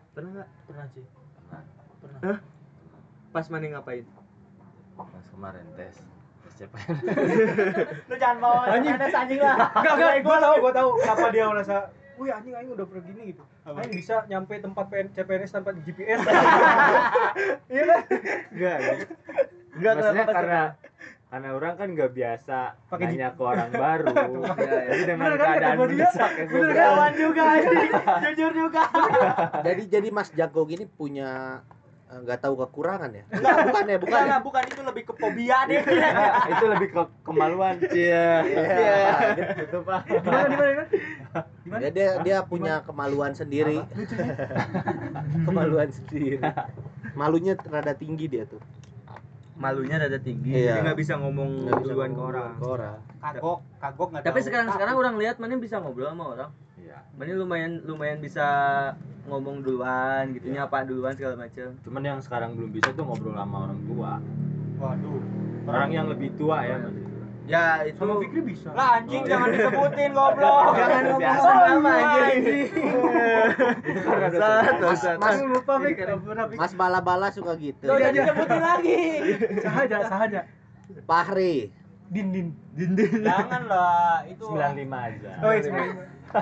Pernah nggak? Pernah sih. Pernah. Pernah. Pas mana ngapain? Pas kemarin tes CPN. Lu jangan bawa CPNS anjing lah. Enggak, gua tahu kenapa dia merasa, wih anjing aing udah pergi nih gitu. Aing bisa nyampe tempat CPNS tanpa GPS. Iya kan? Enggak. Maksudnya kenapa? karena orang kan nggak biasa Pakai nanya ke orang baru. Jadi dengan Bener kan, keadaan kata gua juga. bisa kayak gue Bener kan? bilang. Kawan juga anjing. Jujur juga. Jadi Mas Jago gini punya nggak tahu kekurangan ya? Bukan ya. Bukan itu lebih ke fobia deh. Itu lebih ke kemaluan. Iya. Gitu Pak. Gimana? Dia punya kemaluan sendiri. Kemaluan sendiri. Malunya rada tinggi dia tuh. Malunya rada tinggi, Iya. jadi nggak bisa ngomong Nggak bisa duluan ke ngomong orang. ke orang. Kagok nggak Tapi tahu. sekarang orang lihat mana bisa ngobrol sama orang. Iya. Mana lumayan bisa ngomong duluan gitu, nyapa duluan segala macam. Cuman yang sekarang belum bisa tuh ngobrol sama orang tua. Waduh. Orang yang lebih tua ya maksudnya. Ya itu Sama Fikri bisa. Lah anjing Oh, iya. jangan disebutin goblok. Jangan ngomong Biasa nama anjing. Itu kan ada Mas lupa Fik. Mas bala-bala suka gitu. Tuh jangan disebutin lagi. Sahaja. Fahri. Din. Jangan lah, itu 95 aja. Oh, iya, sebenarnya.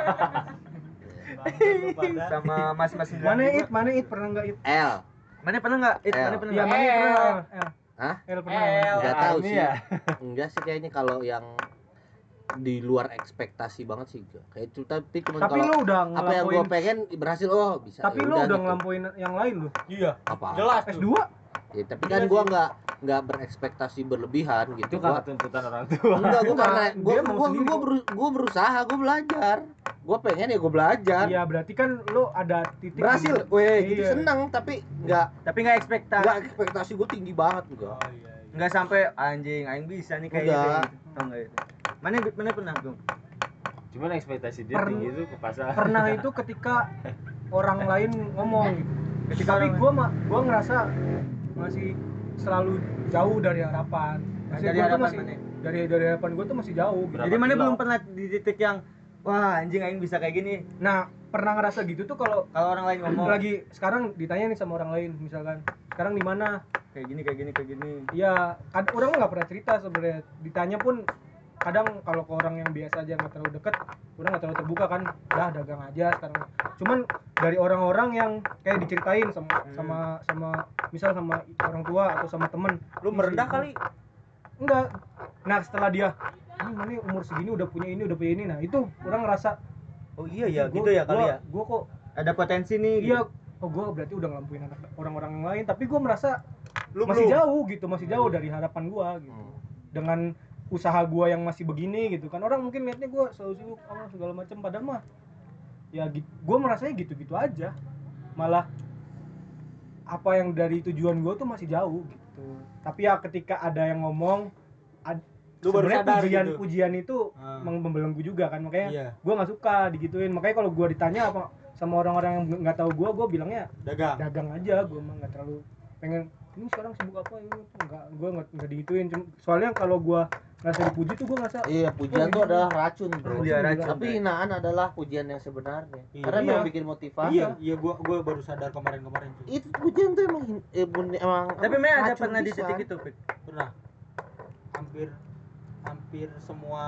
sama mas-mas Mana it pernah enggak it? L. Mana pernah nggak? L. Pernah Iya, nggak? mana it pernah. Hah? El pernah. Nggak tahu Ini sih. ya. Enggak sih kayaknya kalau yang di luar ekspektasi banget sih enggak. Kayak itu tapi cuma Tapi kalau lu udah apa yang gua ngelampain. pengen berhasil bisa. Tapi ya lu udah gitu. ngelampain yang lain lu. Iya, Apa? jelas tuh. S2? Ya, tapi kan gua nggak berekspektasi berlebihan gitu. Itu kan tuntutan orang tua. Enggak, gua karena Dia mau sendiri. gua berusaha, gua belajar. Gua pengen ya gua belajar. Iya, berarti kan lu ada titik Berhasil, weh, gitu Iya. seneng tapi nggak ekspektasi gua tinggi banget enggak. Oh iya. Nggak sampai anjing, aing bisa nih kayak Enggak. gitu. Tau nggak itu? Mana pernah dong? Cuman ekspektasi dia tinggi itu ke pasar. Pernah itu ketika orang lain ngomong gitu. Ketika Tapi orang- gua ngerasa masih selalu jauh dari harapan. Maksudnya Dari gua tuh harapan masih mana? dari harapan gua tuh masih jauh gitu. Berapa Jadi mana kilo? belum pernah di titik yang wah anjing aing bisa kayak gini. Nah, pernah ngerasa gitu tuh kalau Kalau orang lain ngomong lagi sekarang ditanya nih sama orang lain misalkan, "Sekarang di mana?" kayak gini. Iya, orang mah nggak pernah cerita sebenarnya. Ditanya pun kadang kalau ke orang yang biasa aja nggak terlalu deket, orang nggak terlalu terbuka kan, dah dagang aja sekarang. Cuman dari orang-orang yang kayak diceritain sama misal sama orang tua atau sama temen, Lu merendah kali. enggak. Nah setelah dia, ini umur segini udah punya ini, nah itu orang ngerasa, Oh iya ya, gua- gitu ya kali gua- ya. Gua kok Ada potensi nih. iya, Gitu. oh gua berarti udah ngelampuin orang-orang yang lain, tapi gua merasa Lu masih belum. jauh gitu, masih jauh dari harapan gua gitu. Dengan usaha gua yang masih begini gitu kan, orang mungkin liatnya gua selalu sibuk segala macam, padahal mah ya gua merasanya gitu-gitu aja, malah apa yang dari tujuan gua tuh masih jauh gitu. Tapi ya ketika ada yang ngomong Lu baru sebenarnya sadar pujian gitu. pujian itu Ah. membelenggu juga kan, makanya Iya, gua nggak suka digituin. Makanya kalau gua ditanya apa sama orang-orang yang nggak tahu gua bilangnya dagang. dagang aja. Gua mah nggak terlalu pengen ini sekarang sibuk apa ini enggak, gua nggak digituin. Soalnya kalau gua ngerasa dipuji tuh gua ngerasa Iya, pujian Oh, tuh iya. adalah racun, bro. Iya, racun. Tapi hinaan adalah pujian yang sebenarnya. Iya. Karena Iya. memang bikin motivasi. Iya, gua baru sadar kemarin tuh. Itu pujian tuh emang Tapi mana ada racun pernah di pisan. titik itu, Pik? Pernah. Hampir semua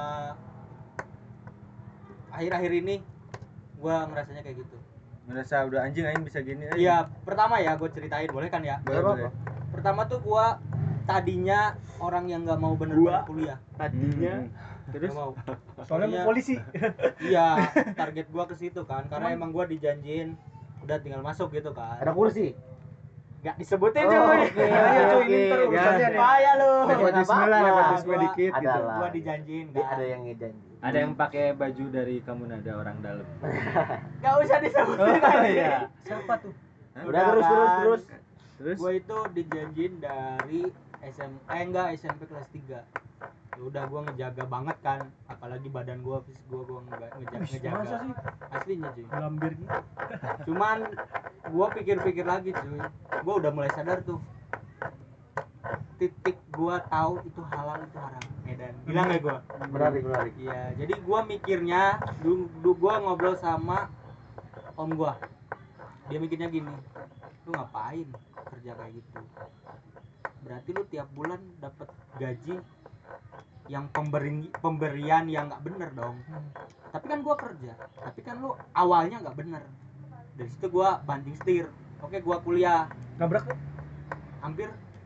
akhir-akhir ini gua ngerasanya kayak gitu. Ngerasa udah anjing aing bisa gini. Iya, pertama ya gua ceritain, boleh kan ya? Boleh. Pertama tuh gua tadinya orang yang nggak mau bener-bener kuliah. Tadinya Terus mau. soalnya Iya. mau polisi. Iya, target gua ke situ kan, karena emang gua dijanjiin udah tinggal masuk gitu kan. Ada kursi. Nggak disebutin Oh, cuy. oke, Ayo cuy, oke, ini ntar ya. urusannya nih. Bahaya lu. nepotisme lah, apa-apa. nepotisme dikit Ada gitu. lah. Gua dijanjiin Dia kan. ada yang ngejanji. Ada yang pakai baju dari kamu nada orang dalam. Nggak usah disebutin Oh, lagi. iya. Siapa tuh? Udah terus. Terus Gua itu dijanjiin dari SMP kelas 3. Ya udah gua ngejaga banget kan, apalagi badan gua, fisik gua Masa ngejaga. sih Aslinya cuy. gambir gitu? Cuman gua pikir-pikir lagi cuy. Gua udah mulai sadar tuh. Titik gua tahu itu halal itu haram. Edan. Bilang ya gua. Menarik. Iya, jadi gua mikirnya dulu gua ngobrol sama om gua. dia mikirnya gini, lu ngapain kerja kayak gitu, berarti lu tiap bulan dapat gaji yang pemberian yang nggak bener dong. Tapi kan gua kerja, tapi kan lu awalnya nggak bener. Dari situ gua banting setir, oke gua kuliah, Nabrak hampir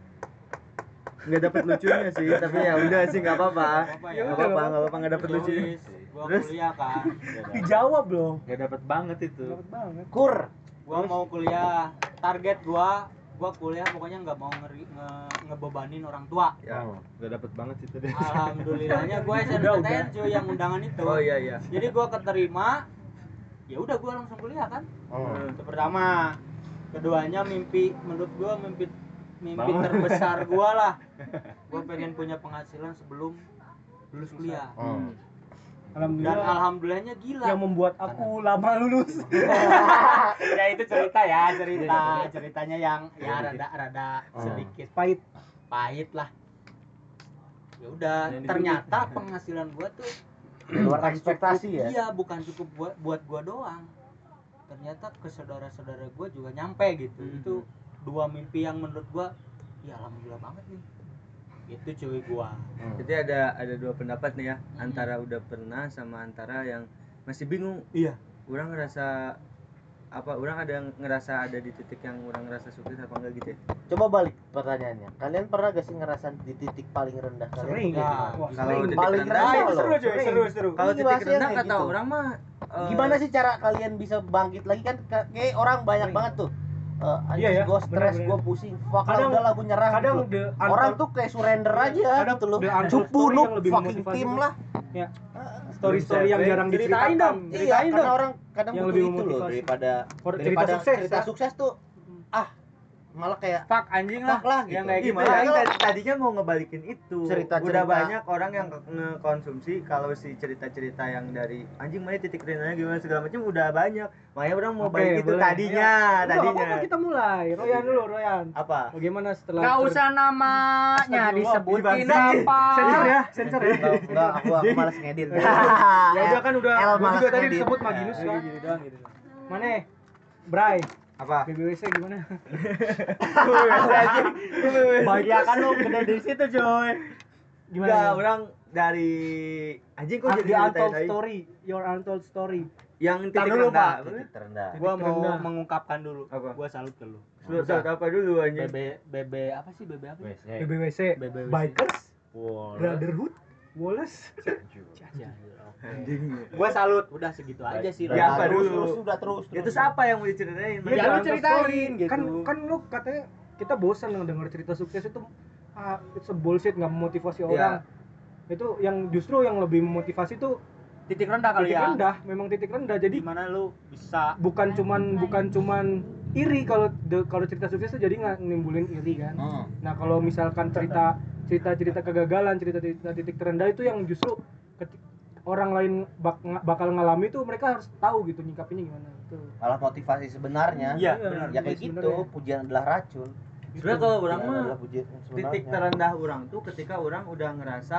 nggak dapet lucunya sih, tapi ya udah sih nggak apa-apa. ya Nggak apa-apa nggak dapet lucunya. gua Terus? kuliah kan, dijawab loh. Nggak dapat banget itu. Dapat banget. Kur. gua mau kuliah, target gua kuliah pokoknya nggak mau ngebebanin orang tua. Ya, nggak dapat banget itu deh. Alhamdulillahnya gue SNMPTN cuy yang undangan itu. Oh iya. Jadi gue keterima, ya udah gue langsung kuliah kan. Itu pertama. Keduanya menurut gue mimpi Bangun. terbesar gue lah. Gue pengen punya penghasilan sebelum lulus kuliah. Dan Alhamdulillah. alhamdulillahnya gila. Yang membuat aku lama lulus. Ya itu ceritanya yang ya rada sedikit pahit lah. Ya udah, Yang ternyata penghasilan gua tuh Di luar bukan ekspektasi cukup- ya. Iya, bukan cukup buat gua doang. Ternyata ke saudara-saudara gua juga nyampe gitu. Itu dua mimpi yang menurut gua ya alhamdulillah banget nih. Itu cuy gua. Jadi ada dua pendapat nih ya, antara udah pernah sama antara yang masih bingung. Iya. Orang ngerasa apa? Orang ada yang ngerasa ada di titik yang orang ngerasa sukses apa enggak gitu ya? Coba balik pertanyaannya. Kalian pernah gak sih ngerasain di titik paling rendah kalian? Sering tuh ya. gimana? Wah, Kalau sering. titik Paling rendah, rendah itu loh. seru cuy, seru. Kalau Ini titik bahasnya rendah kayak kata gitu. orang mah Gimana sih cara kalian bisa bangkit lagi kan kayak orang banyak Sering. banget tuh. Iya ya, Gue stres, bener-bener. gue pusing, fuck Kadang- udah lah gue nyerah Kadang gitu. the Orang untold- tuh kayak surrender aja kadang gitu loh. the untold Cupu story lu yang lebih fucking memotivasi tim tuh. lah. Ya. Story-story yang jarang Ceritain diceritakan. dong. Iya, Ceritain karena dong. orang kadang Yang butuh lebih itu loh memotivasi. daripada Cerita sukses. cerita ya. sukses tuh malah kayak Fuck anjing lah. fuck lah Yang gitu. kayak Ih, gitu malah ya. yang tadinya mau ngebalikin itu. Cerita-cerita. Udah banyak orang yang ngekonsumsi kalau si cerita-cerita yang dari anjing mana titik rendahnya gimana segala macam udah banyak. Makanya orang mau Oke, balik itu boleh. tadinya. Udah, apa-apa, kita mulai. Royan dulu, Royan. Apa? Bagaimana setelah Nggak usah namanya Astagfirullah, disebutin dibangsa. apa. sensor ya, sensor ya. Enggak, aku malas ngedit. Ya udah kan udah El gua malas juga tadi ngedit. disebut Maginus kan. Gini doang gitu. Mana? Bray, Apa? BBWC gimana? Baik ya kan lu gede di situ cuy. Gimana? Enggak, orang dari anjing kok jadi The untold ceritain story, your untold story. yang Tar titik dulu, rendah. Pak. Titik terendah. Gua Titik mau rendah. mengungkapkan dulu. Apa? Gua salut ke lu. Lu saat apa dulu anjing? BB apa sih BB apa? BBWC, BBWC. Bikers, Wow. Brotherhood, Wallace. Anjing. Gua salut. Udah segitu aja sih. Ya, apa terus, dulu? terus. Ya terus apa yang mau diceritain? Ya, lu ceritain gitu. Kan lu katanya kita bosan denger cerita sukses itu it's a bullshit, nggak memotivasi orang. Itu yang justru yang lebih memotivasi tuh Titik rendah kali titik ya. rendah, memang titik rendah. Jadi Gimana lu bisa bukan cuman iri kalau cerita sukses itu jadi nggak nimbulin iri kan. Nah kalau misalkan cerita kegagalan, cerita titik terendah itu yang justru orang lain bakal ngalami itu mereka harus tahu gitu nyikapinya gimana itu. Malah motivasi sebenarnya. Iya, benar. Ya kayak gitu, Sebenarnya. pujian adalah racun. Sebenarnya kalau orang Pujian mah adalah pujian sebenarnya. titik terendah orang tuh ketika orang udah ngerasa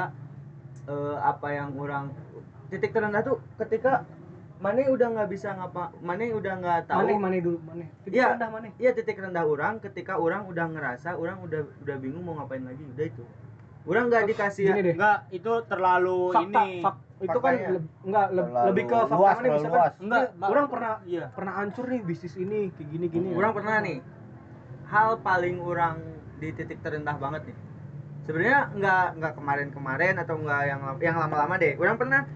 apa yang orang titik terendah tuh ketika Mane udah nggak bisa Mane udah nggak tahu. Mane dulu, Mane. Titik Iya. rendah Mane. Iya, titik rendah orang ketika orang udah ngerasa orang udah bingung mau ngapain lagi, udah itu. Orang nggak dikasih Gini deh. enggak itu terlalu Fakta, ini. itu kan Faktanya. enggak lebih ke Terlalu fakta luas, Mane terlalu misalkan. luas. Enggak, Orang iya. pernah hancur nih bisnis ini kayak gini. orang pernah nih hal paling orang di titik terendah banget nih. Sebenarnya nggak kemarin atau nggak yang lama-lama deh. Orang pernah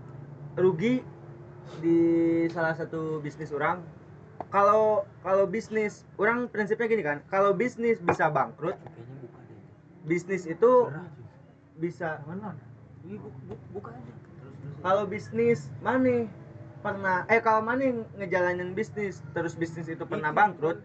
rugi di salah satu bisnis orang. Kalau bisnis, orang prinsipnya gini kan, kalau bisnis bisa bangkrut, Kayaknya buka deh. bisnis itu bisa. Ini buka aja. Terus. Kalau bisnis Mane pernah kalau Mane ngejalanin bisnis terus bisnis itu pernah bangkrut,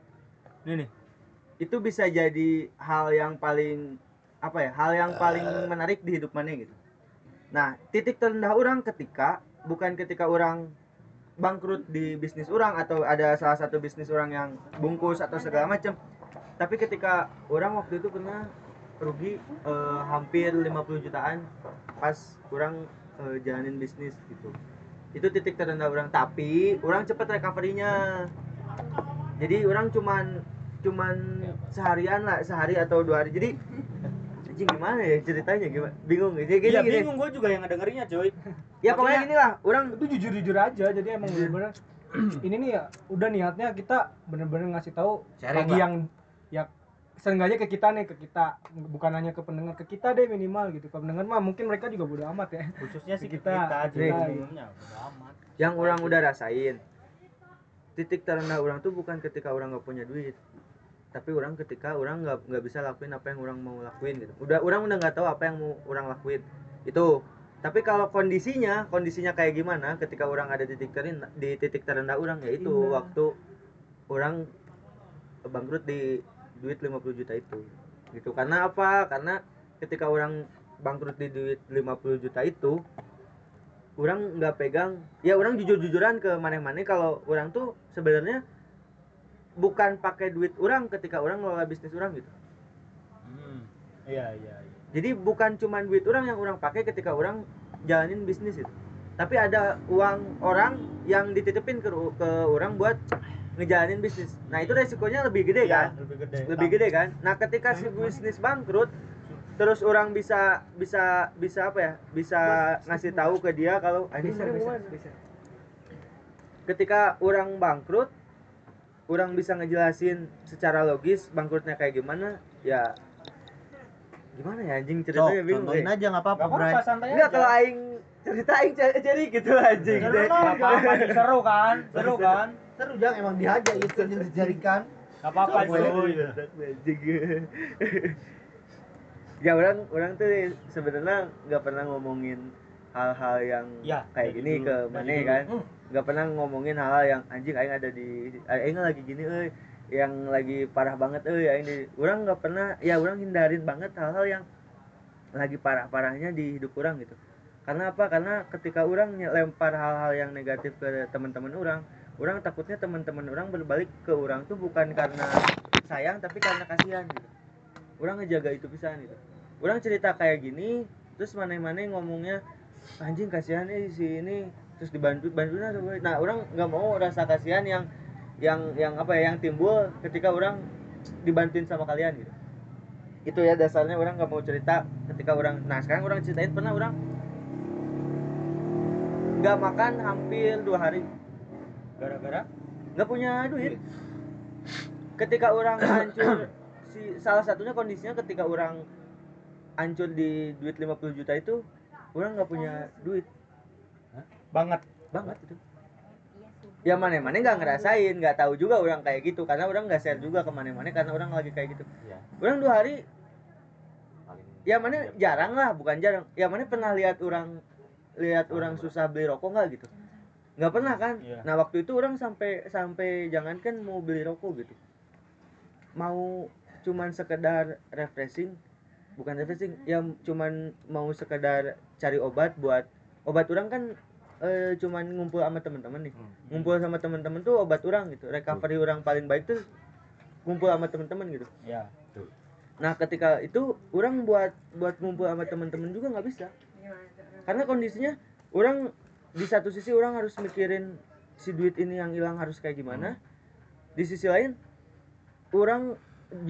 Ini nih. itu bisa jadi hal yang paling hal yang paling menarik di hidup Mane gitu. Nah, titik terendah orang bukan ketika orang bangkrut di bisnis orang atau ada salah satu bisnis orang yang bungkus atau segala macam, tapi ketika orang waktu itu pernah rugi hampir 50 jutaan pas orang jalanin bisnis gitu. Itu titik terendah orang, tapi orang cepet recovery-nya. Jadi orang cuman seharian lah, sehari atau 2 hari. Jadi anjing gimana ya ceritanya, gimana bingung gitu. Iya bingung gue juga yang ngedengerinnya coy. Ya pokoknya gini lah, orang Itu jujur-jujur aja, jadi emang bener-bener ini nih ya udah niatnya kita bener-bener ngasih tahu Sharing bagi lah. yang ya seenggaknya ke kita nih, ke kita, bukan hanya ke pendengar, ke kita deh minimal gitu. Ke pendengar mah mungkin mereka juga bodo amat ya. Khususnya sih Kita- kita kita- umumnya udah amat. yang orang udah rasain. Titik terendah orang tuh bukan ketika orang nggak punya duit, tapi orang ketika orang nggak bisa lakuin apa yang orang mau lakuin gitu. Orang udah nggak tahu apa yang mau orang lakuin itu. Tapi kalau kondisinya kayak gimana ketika orang ada di titik terendah orang, yaitu waktu orang bangkrut di duit 50 juta itu gitu. Karena apa? Karena ketika orang bangkrut di duit 50 juta itu, orang nggak pegang, ya orang jujur-jujuran ke maneh-maneh kalau orang tuh sebenarnya bukan pakai duit orang ketika orang ngelola bisnis orang gitu. Iya. Jadi bukan cuma duit orang yang orang pakai ketika orang jalanin bisnis itu, tapi ada uang orang yang dititipin ke orang buat ngejalanin bisnis. Nah itu resikonya lebih gede kan? Lebih gede kan? Nah ketika si bisnis bangkrut, terus orang bisa apa ya? Bisa ngasih tahu ke dia kalau ketika orang bangkrut, orang bisa ngejelasin secara logis bangkrutnya kayak gimana, ya gimana ya anjing ceritanya bingung. contohin aja nggak apa-apa, Gak Bray. apa-apa, santai Enggak aja. kalau aing cerita aing jadi gitu anjing. Seru dong, gak apa-apa, seru kan? Seru kan? Seru Jang, emang dihajar itu yang dijadikan. Gak apa-apa cuy. Anjing. Ya orang tuh sebenarnya nggak pernah ngomongin hal-hal yang Ya, kayak dari gini dulu, ke dari mana dulu. kan. Nggak pernah ngomongin hal-hal yang anjing aing ada di aing lagi gini yang lagi parah banget aing di orang nggak pernah, ya orang hindarin banget hal-hal yang lagi parah-parahnya di hidup orang gitu. Karena apa? Karena ketika orang lempar hal-hal yang negatif ke teman-teman orang takutnya teman-teman orang berbalik ke orang tuh bukan karena sayang tapi karena kasihan gitu. Orang ngejaga itu pisan gitu. Orang cerita kayak gini, terus mana-mana ngomongnya anjing kasihan si ini, terus bantunya. Nah orang nggak mau rasa kasihan yang apa ya, yang timbul ketika orang dibantuin sama kalian gitu. Itu ya dasarnya orang nggak mau cerita ketika orang. Nah sekarang orang ceritain, pernah orang nggak makan hampir 2 hari Gara-gara? nggak punya duit. Ketika orang hancur, salah satunya kondisinya ketika orang hancur di duit 50 juta itu, orang nggak punya duit Banget. itu. Ya mana-mana nggak ngerasain, nggak tahu juga orang kayak gitu karena orang nggak share juga ke mana-mana karena orang lagi kayak gitu. Iya. Orang 2 hari, Paling. ya mana jarang lah, bukan jarang. Ya mana pernah lihat orang susah beli rokok nggak gitu? Nggak pernah kan? Iya. Nah waktu itu orang sampai jangankan mau beli rokok gitu, mau cuman sekedar refreshing, bukan refreshing, ya cuman mau sekedar cari obat buat obat orang kan cuman ngumpul sama teman-teman nih. Ngumpul sama teman-teman tuh obat orang gitu. Recovery orang paling baik tuh ngumpul sama teman-teman gitu. Iya. Nah, ketika itu orang buat ngumpul sama teman-teman juga nggak bisa. Karena kondisinya orang di satu sisi orang harus mikirin si duit ini yang hilang harus kayak gimana. Di sisi lain orang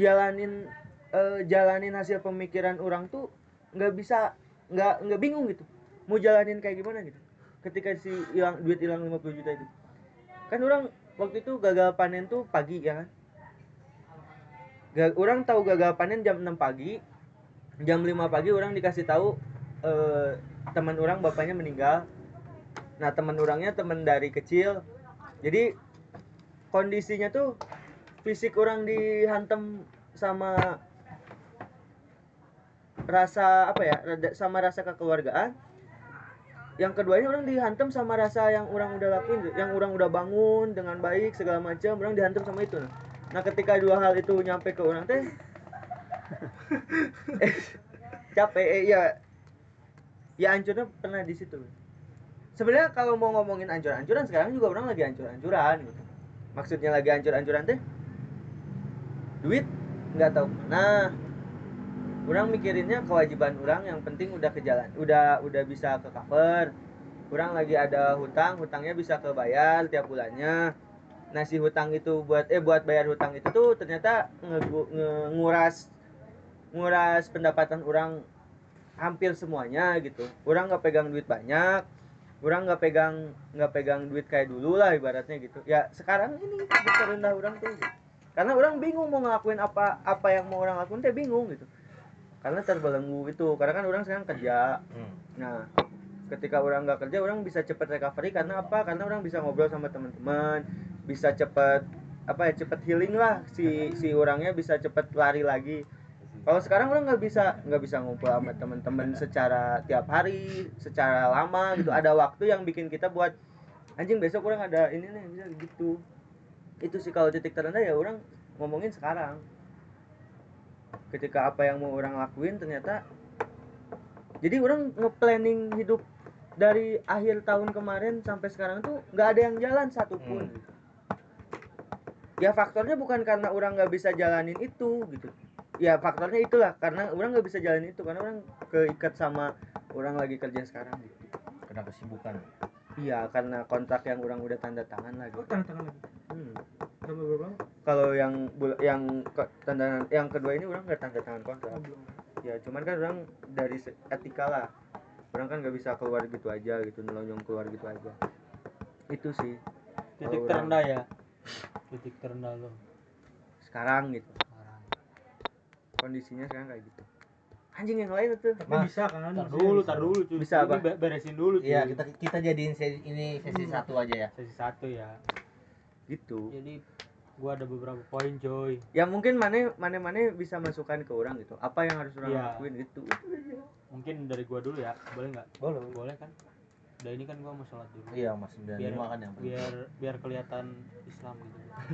jalanin hasil pemikiran orang tuh nggak bisa, nggak bingung gitu. Mau jalanin kayak gimana gitu. Ketika si duit hilang 50 juta itu. Kan orang waktu itu gagal panen tuh pagi ya kan. Orang tahu gagal panen jam 6 pagi. Jam 5 pagi orang dikasih tahu teman orang bapaknya meninggal. Nah, teman orangnya teman dari kecil. Jadi kondisinya tuh fisik orang dihantam sama rasa apa ya? Sama rasa kekeluargaan. Yang keduanya orang dihantam sama rasa yang orang udah lakuin, yang orang udah bangun dengan baik segala macam, orang dihantam sama itu. Nah, ketika 2 hal itu nyampe ke orang teh capek ya hancurnya pernah di situ. Sebenarnya kalau mau ngomongin hancur-hancuran, sekarang juga orang lagi hancur-hancuran gitu. Maksudnya lagi hancur-hancuran teh duit nggak tahu kemana. Orang mikirinnya kewajiban orang yang penting udah ke jalan, udah bisa ke cover. Orang lagi ada hutangnya bisa kebayar tiap bulannya. nasi hutang itu buat bayar hutang itu tuh ternyata nguras pendapatan orang hampir semuanya gitu. Orang nggak pegang duit banyak, orang nggak pegang duit kayak dulu lah ibaratnya gitu. Ya sekarang ini titik terendah orang tuh gitu. Karena orang bingung mau ngelakuin apa yang mau orang lakuin, teh bingung gitu, karena terbelenggu itu. Karena kan orang sekarang kerja. Nah, ketika orang nggak kerja, orang bisa cepet recovery. Karena apa? Karena orang bisa ngobrol sama teman-teman, bisa cepet cepet healing lah, si orangnya bisa cepet lari lagi. Kalau sekarang orang nggak bisa ngumpul sama teman-teman secara tiap hari, secara lama gitu. Ada waktu yang bikin kita buat anjing besok orang ada ini nih, bisa gitu. Itu sih kalau titik terendah ya orang ngomongin sekarang. Ketika apa yang mau orang lakuin ternyata, jadi orang nge-planning hidup dari akhir tahun kemarin sampai sekarang tuh nggak ada yang jalan satupun. Ya faktornya bukan karena orang nggak bisa jalanin itu gitu. Ya faktornya itulah karena orang nggak bisa jalanin itu karena orang keikat sama orang lagi kerja sekarang gitu. Kena kesibukan. Iya, karena kontrak yang orang udah tanda tangan lagi. Oh, tanda tangan lagi. Udah berapa lama? Kalau yang kedua ini orang nggak tanda tangan kontrak. Ya cuman kan orang dari etika lah, orang kan nggak bisa keluar gitu aja gitu, nelonyong keluar gitu aja. Itu sih Titik kalau terendah ya. Titik terendah lo sekarang gitu, sekarang. kondisinya sekarang kayak gitu. Anjing yang lain tuh Tapi bisa kan? Tar dulu cuy. Bisa ini apa? beresin dulu cuy. Iya, kita jadiin sesi 1 aja ya. Sesi 1 ya. gitu. Jadi gua ada beberapa poin coy. Ya mungkin mana bisa masukkan ke orang gitu, apa yang harus orang Iya. lakuin itu aja. Mungkin dari gua dulu ya, boleh nggak? Boleh. Boleh kan? Udah ini kan gua mau sholat dulu. Iya, Mas 95 kan yang penting. biar kelihatan Islam gitu.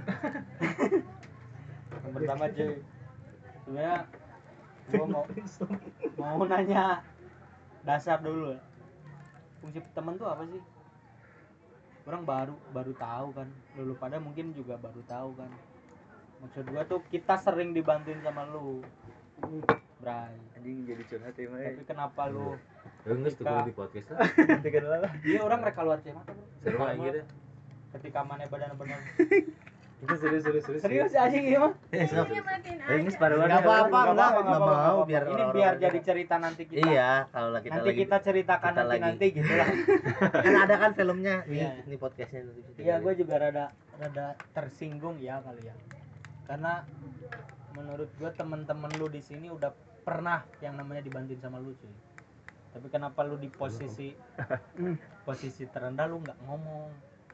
Yang pertama cuy, sebenarnya gua mau nanya dasar dulu ya. Fungsi temen tuh apa sih? Orang baru tahu kan, lu pada mungkin juga baru tahu kan. Maksud gua tuh kita sering dibantuin sama lu, Bray. Anjing jadi curhat ya Mai. Tapi kenapa lu? Enggak tuh di podcast lah. Iya orang reka luar mata bro. Seru aja gitu. Ketika mana badan bener. Itu serius. Serius anjing ini mah. Ini separuh Enggak apa-apa, enggak mau biar ini orang-orang biar pada- jadi cerita nanti kita. Iya, kalau kita Nanti lagi kita ceritakan kita lagi. nanti gitu lah. kan ada kan filmnya Iya. ini podcastnya nanti. Iya, gue juga rada tersinggung ya kali ya. Karena menurut gue temen-temen lu di sini udah pernah yang namanya dibantuin sama lu cuy. Tapi kenapa lu di posisi terendah lu nggak ngomong?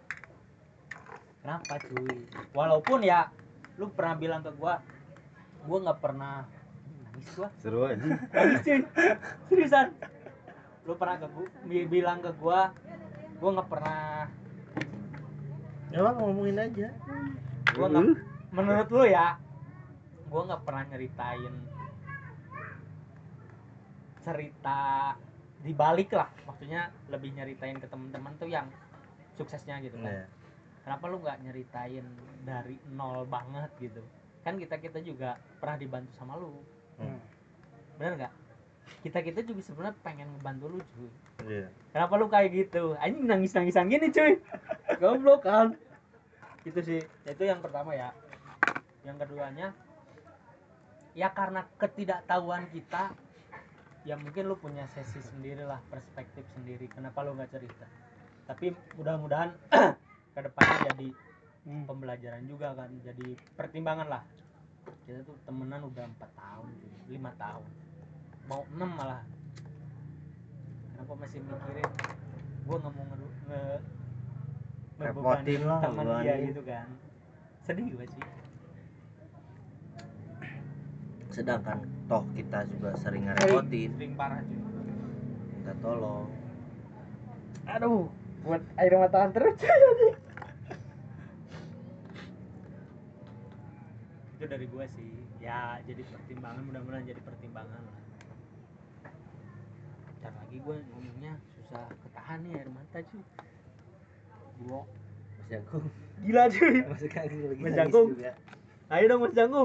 Kenapa cuy? Walaupun ya lu pernah bilang ke gua nggak pernah nangis gua. Seru aja. Nangis cuy. Seriusan. Lu pernah bilang ke gua nggak pernah. Ya Bang, ngomongin aja. Gua nggak. Menurut lu ya, gua nggak pernah nyeritain cerita dibalik lah. Maksudnya lebih nyeritain ke teman-teman tuh yang suksesnya gitu kan. Iya. Kenapa lu nggak nyeritain dari nol banget gitu? Kan kita juga pernah dibantu sama lu. Bener nggak? Kita juga sebenarnya pengen ngebantu lu cuy. Iya. Kenapa lu kayak gitu? Anjing nangis-nangisan gini cuy. Goblok kan. Gitu sih. Itu yang pertama ya. Yang keduanya ya karena ketidaktahuan kita, ya mungkin lu punya sesi sendiri lah, perspektif sendiri. Kenapa lu nggak cerita? Tapi mudah-mudahan kedepannya jadi pembelajaran juga kan, jadi pertimbangan lah. Kita tuh temenan udah 4 tahun, 5 tahun, mau 6 malah. Kenapa masih mikirin gue nggak mau Repotin lah, teman beban dia ini. gitu kan. Sedih gue sih. Sedangkan toh kita juga sering ngerepotin, Sering parah cuy. minta tolong. Aduh, buat air mata terus cuy. Itu dari gue sih. Ya jadi pertimbangan, mudah-mudahan jadi pertimbangan lah. Ntar lagi gue ngomongnya susah ketahan nih air mata cuy. Gua Mas Jangkung. gila cuy. Mas Jangkung lagi Mas nangis Jangkung. juga. Ayo dong Mas Jangkung.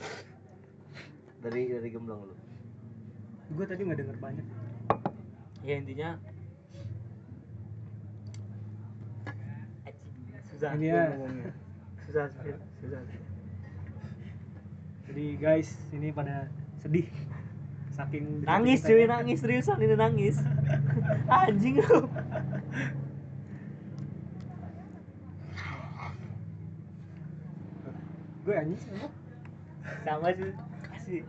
Dari gemblong lu. Gue tadi nggak denger banyak. Ya intinya susah Ini gua ya. ngomongnya. susah. Jadi guys, ini pada sedih saking Nangis cuy, nangis seriusan ini nangis. Anjing lu. gue anjing sih lu. Sama sih. Asik.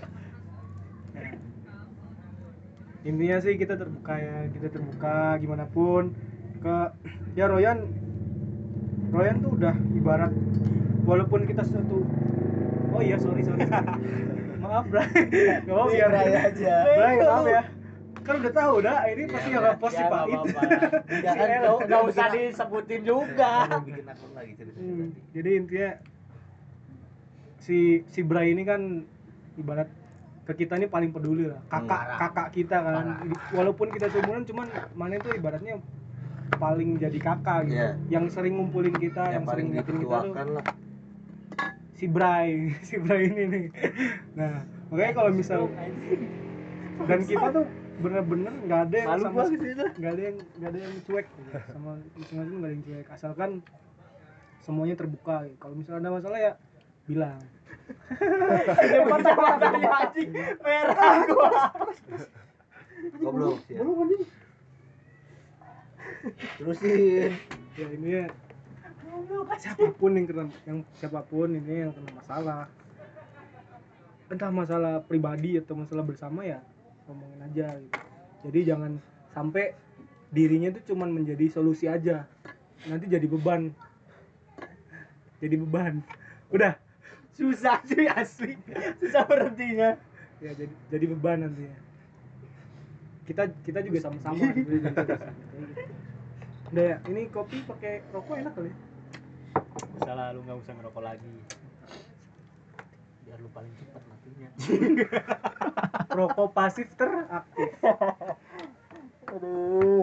Intinya sih kita terbuka gimana pun ke ya Royan tuh udah ibarat walaupun kita satu oh iya sorry maaf Bray nggak mau Iya, biar Bray aja. Bray maaf ya kan udah tahu dah ini pasti nggak post si Pahit Ya kan Enggak usah disebutin juga. Mau bikin akun lagi cerita nanti. jadi intinya si Bray ini kan ibarat ke kita ini paling peduli lah kakak kita kan walaupun kita seumuran cuman mana itu ibaratnya paling jadi kakak gitu Iya. yang sering ngumpulin kita yang sering ngingetin kita tuh dituakan lah. si Bray ini nih nah makanya kalau misal dan kita tuh bener-bener nggak ada yang sama nggak ada yang cuek gitu. Sama masing-masing nggak ada yang cuek asalkan semuanya terbuka gitu. Kalau misalnya ada masalah ya bilang Mata-matanya anjing merah gua. Goblok ya. belum anjing Terusin. ya ini ya siapapun ini yang kena masalah entah masalah pribadi atau masalah bersama ya ngomongin aja gitu. Jadi jangan sampai dirinya tuh cuman menjadi solusi aja nanti jadi beban udah Susah cuy asli. Susah berhentinya. ya jadi beban nantinya kita juga sama-sama gitu. Udah ya ini kopi pakai rokok enak kali Masalah lu nggak usah ngerokok lagi biar lu paling cepat matinya. rokok pasif teraktif. Aduh.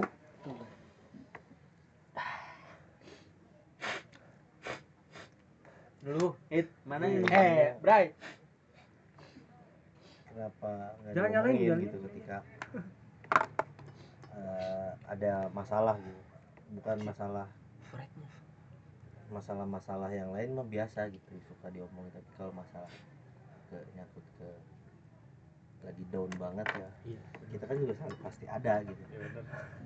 Lu, mana ini? Bray. Kenapa nggak Jangan nyalain, diomongin jangan. gitu ketika ada masalah gitu, bukan masalah yang lain mah biasa gitu suka diomongin, tapi kalau masalah nyangkut ke lagi down banget ya, Iya. kita kan juga pasti ada gitu. Ya bener.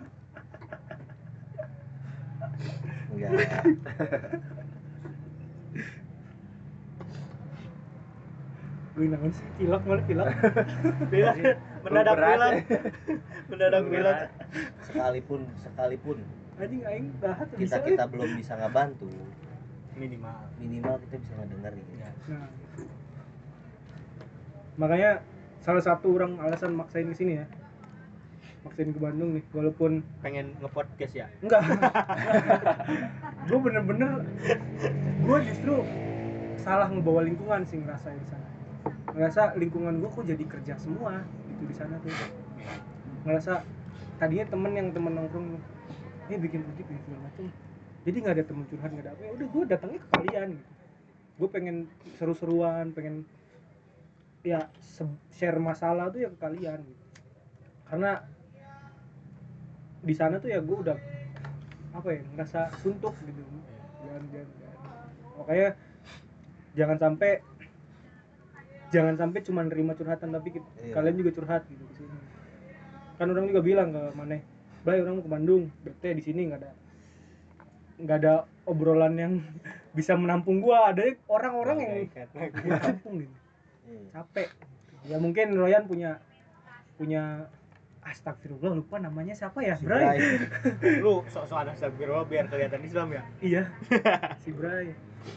Enggak. Gue nangan sih pilek malah pilek. Mendadak bilang. Mendadak bilang. sekalipun Anjing aing dahat kita belum bisa ngebantu, Minimal. kita bisa ngedengerin. Nah, makanya salah satu orang alasan maksain ke sini ya. Maksain ke Bandung nih walaupun Pengen nge-podcast ya. enggak. Gue bener-bener gue justru salah ngebawa lingkungan sih ngerasa di sana. Ngerasa lingkungan gue kok jadi kerja semua gitu di sana tuh. Ngerasa tadinya temen nongkrong bikin project bikin segala macam. Jadi nggak ada temen curhat nggak ada apa. Ya udah gue datangnya ke kalian gitu. Gue pengen seru-seruan, pengen ya share masalah tuh ya ke kalian gitu. Karena di sana tuh ya gue udah apa ya ngerasa suntuk gitu. Jangan. Makanya jangan sampai cuma nerima curhatan tapi Iya. kalian juga curhat gitu di sini. Kan orang juga bilang ke Maneh, "Bray, orang mau ke Bandung, bete di sini nggak ada obrolan yang bisa menampung gua. Ada orang-orang yang menampung gitu. Capek." Ya mungkin Royan punya astagfirullah lupa namanya siapa ya? Bray. Lu sok-sok ada astagfirullah biar kelihatan Islam ya. Iya. Si Bray.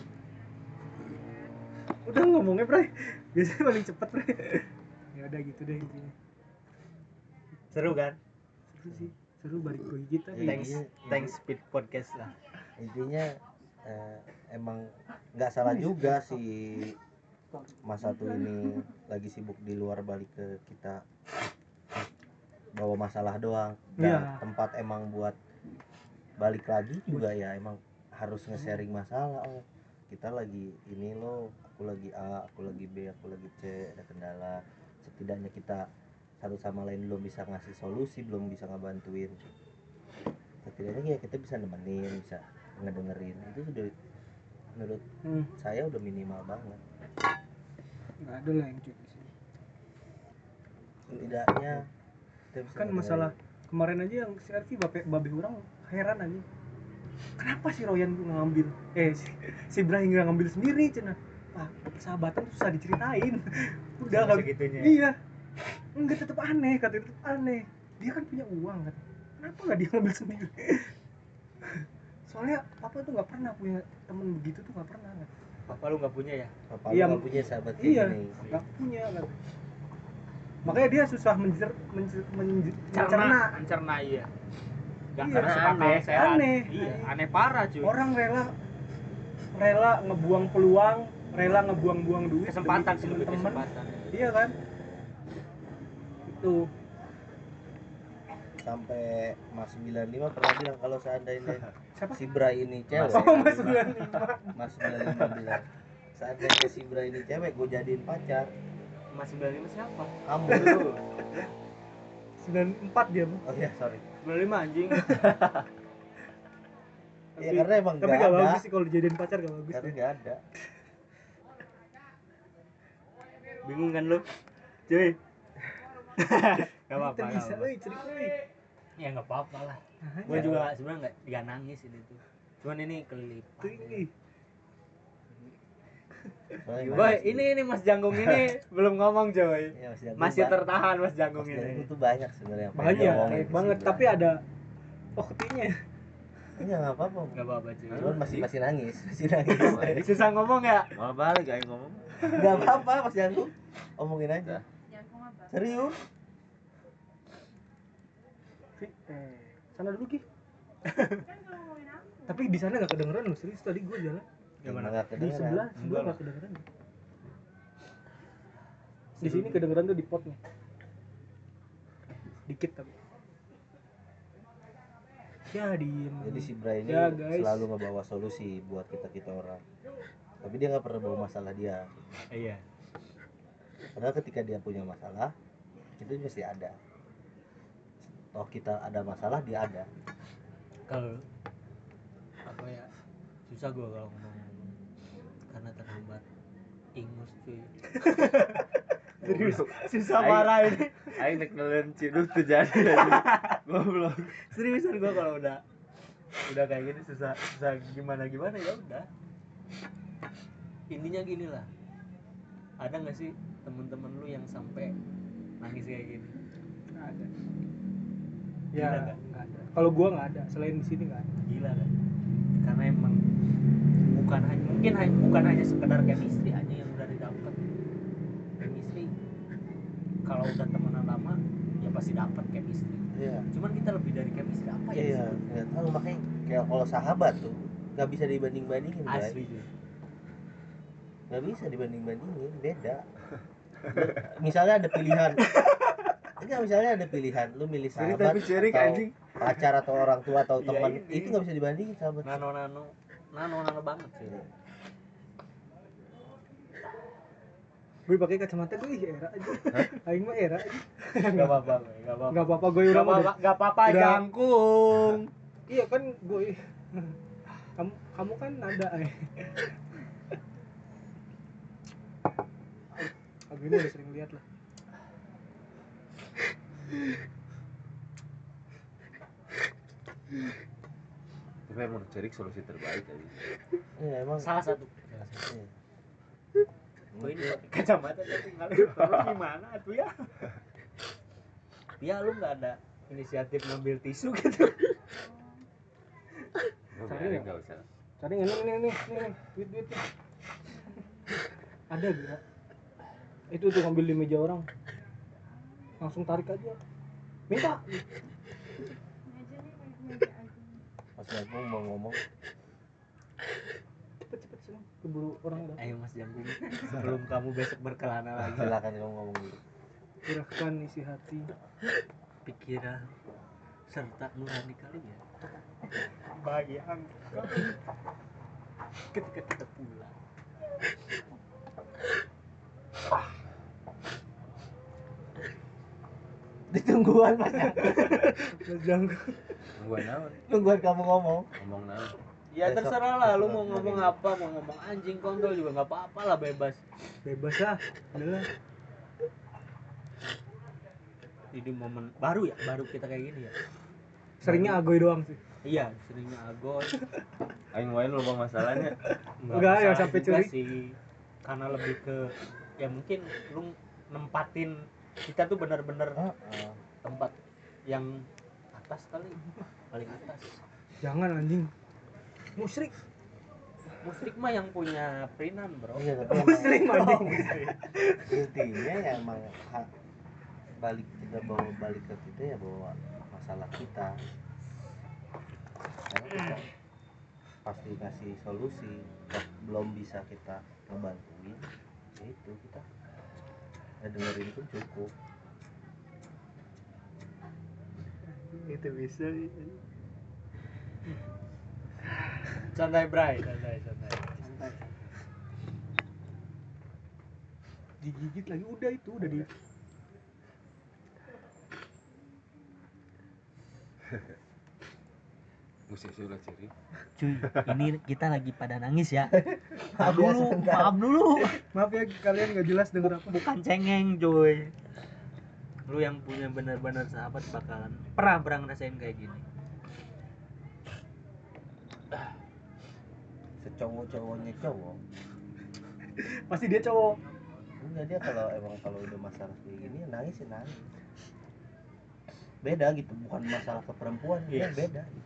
Udah ngomongnya Bray. Biasanya paling cepet Bray. Ya udah gitu deh intinya. Seru kan? Seru sih. Seru balik lagi kita. Thanks Speed Podcast lah. Intinya emang nggak salah juga si Mas Satu ini lagi sibuk di luar, balik ke kita bawa masalah doang, dan Iya. tempat emang buat balik lagi juga ya emang harus nge-sharing masalah. Oh, kita lagi ini loh, aku lagi A, aku lagi B, aku lagi C, ada kendala. Setidaknya kita satu sama lain belum bisa ngasih solusi, belum bisa ngebantuin, setidaknya ya kita bisa nemenin, bisa ngedengerin, itu sudah menurut saya udah minimal banget. Nggak ada lah yang cuek di sini. Setidaknya kita bisa Kan masalah kemarin aja yang si Arfi babe orang heran aja. Kenapa si Royan tuh nggak ngambil? Si Ibrahim nggak ngambil sendiri cina. Pak, persahabatan susah diceritain. Udah nggak segitunya. Iya. Enggak, tetap aneh, katanya tetap aneh. Dia kan punya uang kan. Kenapa nggak dia ngambil sendiri? Soalnya papa tuh nggak pernah punya temen begitu tuh, nggak pernah kan. Papa lu nggak punya ya? Papa Iya, lu nggak punya sahabat kayak Iya, gini. nggak punya kan. Makanya dia susah mencerna. Mencerna iya. Gak Iya, karena suka aneh. akal sehat. Aneh. Iya, aneh parah cuy. Orang rela ngebuang peluang, rela ngebuang-buang duit Kesempatan demi sih, lebih temen-temen. kesempatan. Iya kan? Itu Sampai Mas 95 pernah bilang kalau seandainya siapa? si Bra ini cewek. Oh, Mas 95. Mas 95 bilang seandainya si Bra ini cewek gue jadiin pacar. Mas 95 siapa? Kamu dulu. 94 dia, Bang. Oh iya, sorry. 95 anjing. Iya karena emang Tapi nggak gak ada. bagus sih kalau dijadiin pacar, gak bagus Karena ya. nggak ada. Bingung kan lu? Cuy. Gak apa-apa. Kita bisa, woi, cerik woi. Ya nggak apa-apa lah. Nah, Gue Ya. juga sebenarnya nggak nangis ini tuh. Cuman ini kelilipan. Tuh, Soalnya Boy, banyak ini Mas Janggung ini belum ngomong coy. Iya, Masih tertahan Mas Janggung Mas ini. Janggung tuh banyak sebenarnya yang pengen banyak, diomongin banyak ke banget, si Bra. tapi ada waktunya. Iya nggak apa-apa. Nggak apa-apa cuy. Cuman masih nangis, masih nangis. Susah ngomong ya? Malah balik aing ngomong. Nggak apa-apa Mas Janggung, omongin aja. Serius? Sana dulu Ki. Tapi di sana nggak kedengeran loh, serius tadi gue jalan Gimana? Nggak di kedengeran. sebelah nggak kedengeran. Di sini kedengeran tuh di potnya. Dikit tapi. Ya diem. Jadi si Bra ini Ya, guys. selalu ngebawa solusi buat kita orang. Tapi dia nggak pernah bawa masalah dia. Iya. Padahal ketika dia punya masalah, itu mesti ada. Toh kita ada masalah, dia ada. Kalau apa ya? Susah gue kalau ngomong karena terhambat ingus cuy. Serius, susah parah ini. Aing nek nelen ciduk tuh jadi goblok. Seriusan gue kalau udah kayak gini susah gimana ya udah. Intinya gini lah. Ada nggak sih temen-temen lu yang sampai nangis kayak gini? Nggak ada. Gila Ya nggak? nggak ada. Kalau gua nggak ada, selain di sini nggak ada. Gila kan? Karena emang bukan hanya sekedar chemistry aja yang udah didapat. Chemistry kalau udah temenan lama ya pasti dapat chemistry. Iya. Cuman kita lebih dari chemistry apa ya? Iya, nggak tahu makanya kayak kalau sahabat tuh nggak bisa dibanding-bandingin, Bray. Asli cuy. Nggak bisa dibanding-bandingin, beda. Misalnya ada pilihan. Enggak, misalnya ada pilihan, lu milih Cerik sahabat tapi cerik atau anjing. pacar atau orang tua atau Iya, teman, ini. itu nggak bisa dibandingin sahabat. Nano banget sih. Gue pakai kacamata gue era aja. Aing mah era aja. Gak apa-apa. Nggak apa-apa gue udah udah. Gak apa-apa Udah. jangkung. Iya kan gue. Kamu kan ada Aku ini udah sering lihat lah. Tapi emang cerik solusi terbaik tadi. Iya, emang. Salah satu. Iya. Gue ini pakai kacamata tapi terus gimana tuh ya? Ya lu nggak ada inisiatif ngambil tisu gitu. Gua Cari biarin nggak? nggak usah. Cari ini duit. Ada gak? Itu tuh ngambil di meja orang. Langsung tarik aja. Minta. Mas Janggung mau ngomong, Cepet sih. Keburu orang ada. Ayo Mas Jangkung, sebelum kamu besok berkelana lagi, silakan kamu ngomong dulu. Curahkan isi hati. pikiran serta nurani kalian bagi engkau ketika kita pulang. Ditungguan Mas. Mas Jangkung. Nungguan naon? Tungguan kamu ngomong. Ngomong naon? Ya Besok- terserah lah lu besok mau ngomong lagi. apa, mau ngomong anjing kontol juga nggak apa-apa lah, bebas. Bebas lah. Udahlah. Ini momen baru ya, baru kita kayak gini ya. Seringnya agoy doang sih. Iya, seringnya agoy. Aing wae lo masalahnya. Enggak, ya masalah sampai juga curi. sih. Karena lebih ke ya mungkin lu nempatin kita tuh benar-benar Heeh. tempat yang atas kali, paling atas. Jangan anjing. Musyrik. Musrik mah yang punya perinan, bro. Iya, tapi emang Muslim anjing. intinya ya emang balik kita bawa balik ke kita ya bawa masalah kita, karena kita pasti ngasih solusi. Kalau belum bisa kita ngebantuin ya itu kita dengerin pun cukup. Itu bisa. Santai, Bray, santai. Digigit lagi udah itu udah di Musik sudah ciri. Cuy, ini kita lagi pada nangis ya. Maaf dulu, maaf dulu. maaf ya kalian nggak jelas denger apa. Bukan cengeng, cuy. Lu yang punya benar-benar sahabat bakalan pernah ngerasain kayak gini. Secowok-cowoknya cowok, Pasti dia cowok. enggak, dia kalau emang kalau udah masalah kayak gini ya nangis ya nangis. Beda gitu, bukan masalah ke perempuan, dia Yes. beda gitu.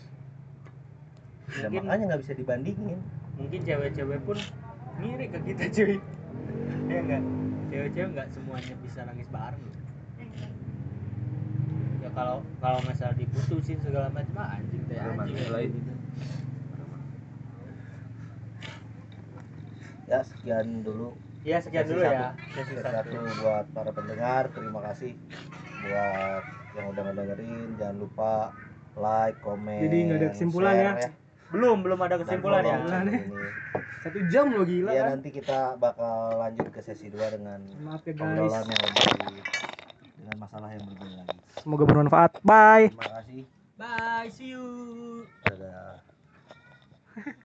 Ya, Mungkin- makanya nggak bisa dibandingin. Mungkin cewek-cewek pun ngiri ke kita, cuy. Ya enggak? Cewek-cewek enggak semuanya bisa nangis bareng loh. Ya kalau masalah diputusin segala macam anjing teh Ada anjing. masalah itu. Ya sekian dulu Ya sekian Sesi dulu ya. satu. Sesi satu satu. buat para pendengar. Terima kasih buat yang udah ngedengerin. Jangan lupa like, komen, Jadi nggak ada kesimpulan share ya. Belum ada Dan kesimpulan ya. follow Kesimpulan ya. ini. 1 jam lo gila Ya kan. nanti kita bakal lanjut ke sesi 2 dengan Maaf ya obrolan guys. yang lebih dengan masalah yang berbeda lagi. Semoga bermanfaat. Bye. Terima kasih. Bye, see you.